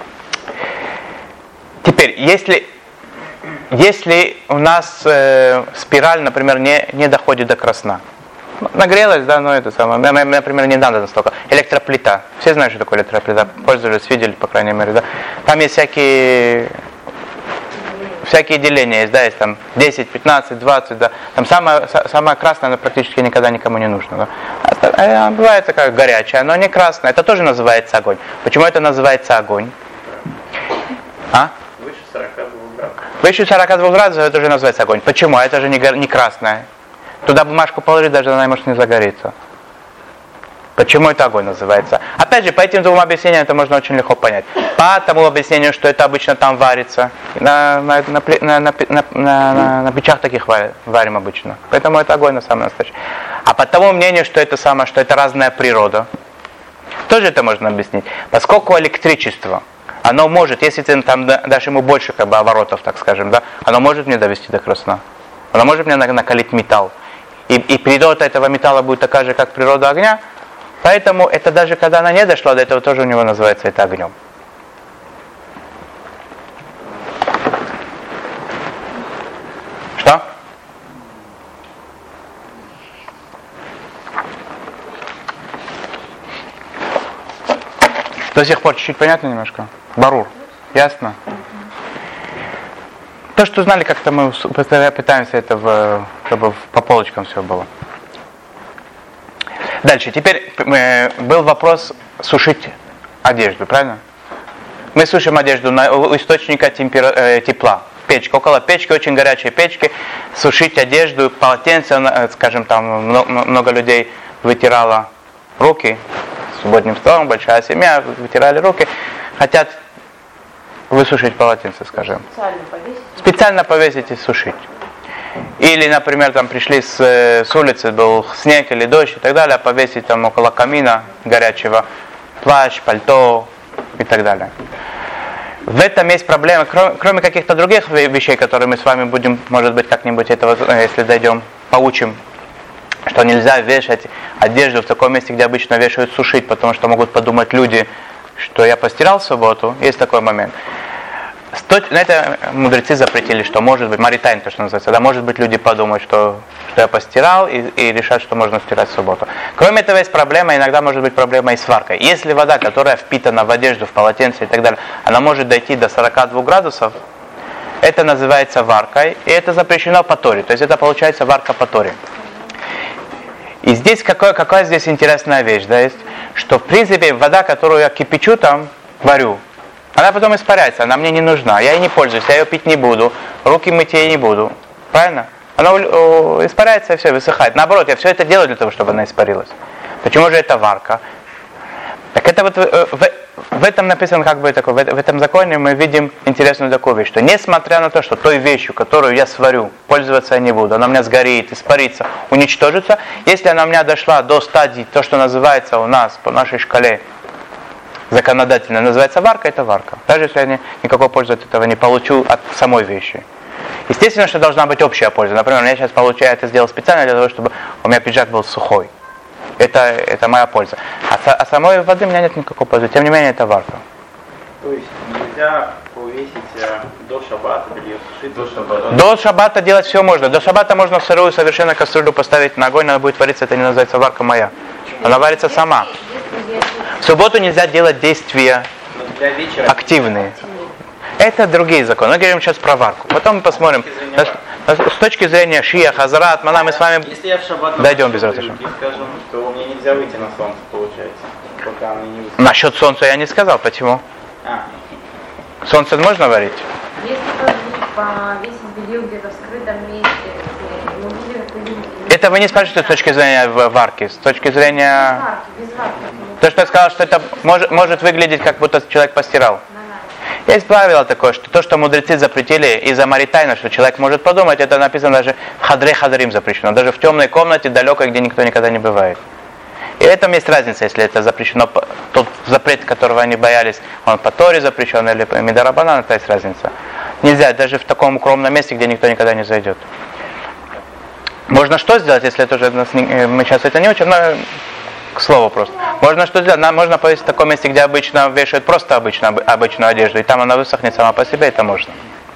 Теперь, если, если у нас э, спираль, например, не, не доходит до красна, нагрелась, да, но это самое, например, не надо настолько. Электроплита. Все знают, что такое электроплита. Пользовались, видели, по крайней мере, да. Там есть всякие... Всякие деления есть, да, есть там десять, пятнадцать, двадцать, да. Там самая, самая красная, она практически никогда никому не нужна, да. А бывает такая горячая, но не красная. Это тоже называется огонь. Почему это называется огонь? А? Выше сорока двух градусов. Выше сорока двух градусов это уже называется огонь. Почему? А это же не, не красная. Туда бумажку положить, даже она может не загореться. Почему это огонь называется? Опять же, по этим двум объяснениям это можно очень легко понять. По тому объяснению, что это обычно там варится. На, на, на, на, на, на, на, на печах таких варим, варим обычно. Поэтому это огонь на самом настоящий. А по тому мнению, что это самое, что это разная природа. Тоже это можно объяснить. Поскольку электричество, оно может, если ты там дашь ему больше как бы оборотов, так скажем, да, оно может мне довести до красна. Оно может мне накалить металл. И, и природа этого металла будет такая же, как природа огня. Поэтому это даже когда она не дошла до этого, тоже у него называется это огнем. Что? До сих пор чуть-чуть понятно немножко? Барур. Ясно? То, что знали, как-то мы пытаемся это в, чтобы по полочкам все было. Дальше, теперь э, был вопрос сушить одежду, правильно? Мы сушим одежду на, у источника темпера, э, тепла, печка, около печки, очень горячей печки, сушить одежду, полотенце, скажем, там много, много людей вытирало руки, субботним столом, большая семья, вытирали руки, хотят высушить полотенце, скажем. Специально повесить? Специально повесить и сушить. Или, например, там пришли с, с улицы, был снег или дождь и так далее, повесить там около камина горячего плащ, пальто и так далее. В этом есть проблема, кроме, кроме каких-то других вещей, которые мы с вами будем, может быть, как-нибудь этого, если дойдем, поучим, что нельзя вешать одежду в таком месте, где обычно вешают сушить, потому что могут подумать люди, что я постирал в субботу, есть такой момент. На это мудрецы запретили, что может быть, маритайн, то, что называется, да, может быть, люди подумают, что, что я постирал и, и решат, что можно стирать в субботу. Кроме этого, есть проблема, иногда может быть проблема и с варкой. Если вода, которая впитана в одежду, в полотенце и так далее, она может дойти до сорока двух градусов, это называется варкой, и это запрещено по Торе, то есть это получается варка по Торе. И здесь какая, какая здесь интересная вещь, да, есть, что в принципе вода, которую я кипячу там, варю, она потом испаряется, она мне не нужна, я ей не пользуюсь, я ее пить не буду, руки мыть я не буду, правильно? Она испаряется и все, высыхает. Наоборот, я все это делаю для того, чтобы она испарилась. Почему же это варка? Так это вот в, в, в этом написано, как бы такое, в, в этом законе мы видим интересную такую вещь, что несмотря на то, что той вещью, которую я сварю, пользоваться я не буду, она у меня сгорит, испарится, уничтожится, если она у меня дошла до стадии, то, что называется у нас по нашей шкале законодательно, называется варка, это варка. Даже если я не, никакой пользы от этого не получу от самой вещи. Естественно, что должна быть общая польза. Например, я сейчас получаю это сделал специально для того, чтобы у меня пиджак был сухой. Это, это моя польза. А, а самой воды у меня нет никакой пользы. Тем не менее, это варка. То есть нельзя повесить э, до шаббата белье сушить? До шаббата. До шаббата делать все можно. До шаббата можно в сырую совершенно кастрюлю поставить на огонь, она будет вариться, это не называется варка моя. Она варится сама. В субботу нельзя делать действия активные. Это другие законы. Мы говорим сейчас про варку. Потом мы посмотрим. С точки зрения Шия, Хазарат, Мана, мы с вами Если я в шаббат дойдем без разрешения. Скажем, то мне нельзя выйти на солнце, получается, пока оно не высохнет. Насчет солнца я не сказал. Почему? А. Солнце можно варить? Если повесить белье где-то в скрытом месте, мы видим, это люди. Это вы не спрашиваете с точки зрения варки. С точки зрения... Без варки, без варки. То, что я сказал, что это может, может выглядеть, как будто человек постирал. Есть правило такое, что то, что мудрецы запретили из-за маритайна, что человек может подумать, это написано даже в Хадре Хадрим запрещено, даже в темной комнате, далекой, где никто никогда не бывает. И в этом есть разница, если это запрещено, тот запрет, которого они боялись, он по Торе запрещен или по Мидарабанан, это есть разница. Нельзя, даже в таком укромном месте, где никто никогда не зайдет. Можно что сделать, если это уже, мы сейчас это не учим, но к слову просто. Можно что сделать? Нам можно повесить в таком месте, где обычно вешают просто обычно, обычную одежду, и там она высохнет сама по себе, это можно.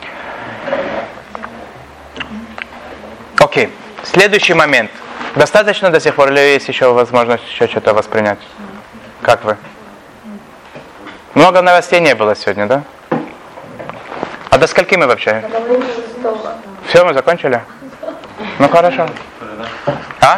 Окей. Следующий момент. Достаточно до сих пор, или есть еще возможность еще что-то воспринять? Как вы? Много новостей не было сегодня, да? А до скольки мы вообще? Все, мы закончили? Ну хорошо. А?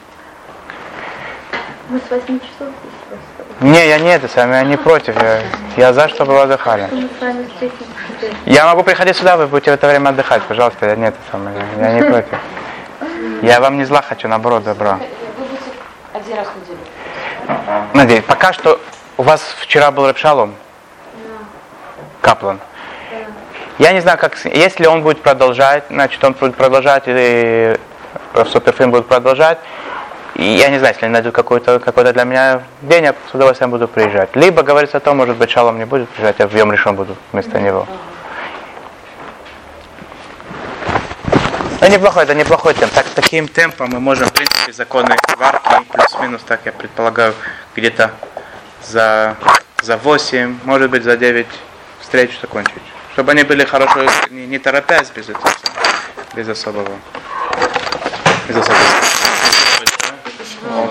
Мы с восьми часов здесь. Не, я не это сами, я не против. Я, я за, чтобы вы отдыхали. Мы с вами встретимся. Я могу приходить сюда, вы будете в это время отдыхать, пожалуйста, я не это самое, я, я не против. Я вам не зла хочу, наоборот, добра. Вы будете один раз в неделю. Надеюсь, пока что у вас вчера был Рeb Шалом? Каплан. Я не знаю, как, если он будет продолжать, значит он будет продолжать, или Суперфильм будет продолжать. И я не знаю, если найду какой-то, какой-то для меня день, я с удовольствием буду приезжать. Либо говорится о том, может быть, Шалом не будет приезжать, я в Йом Ришон буду вместо него. Ну, неплохой, это неплохой темп. Так, таким темпом мы можем, в принципе, законы варки, плюс-минус, так я предполагаю, где-то за, за восемь, может быть, за девять встреч закончить. Чтобы они были хорошо, не, не торопясь, без этого, без особого, без особого.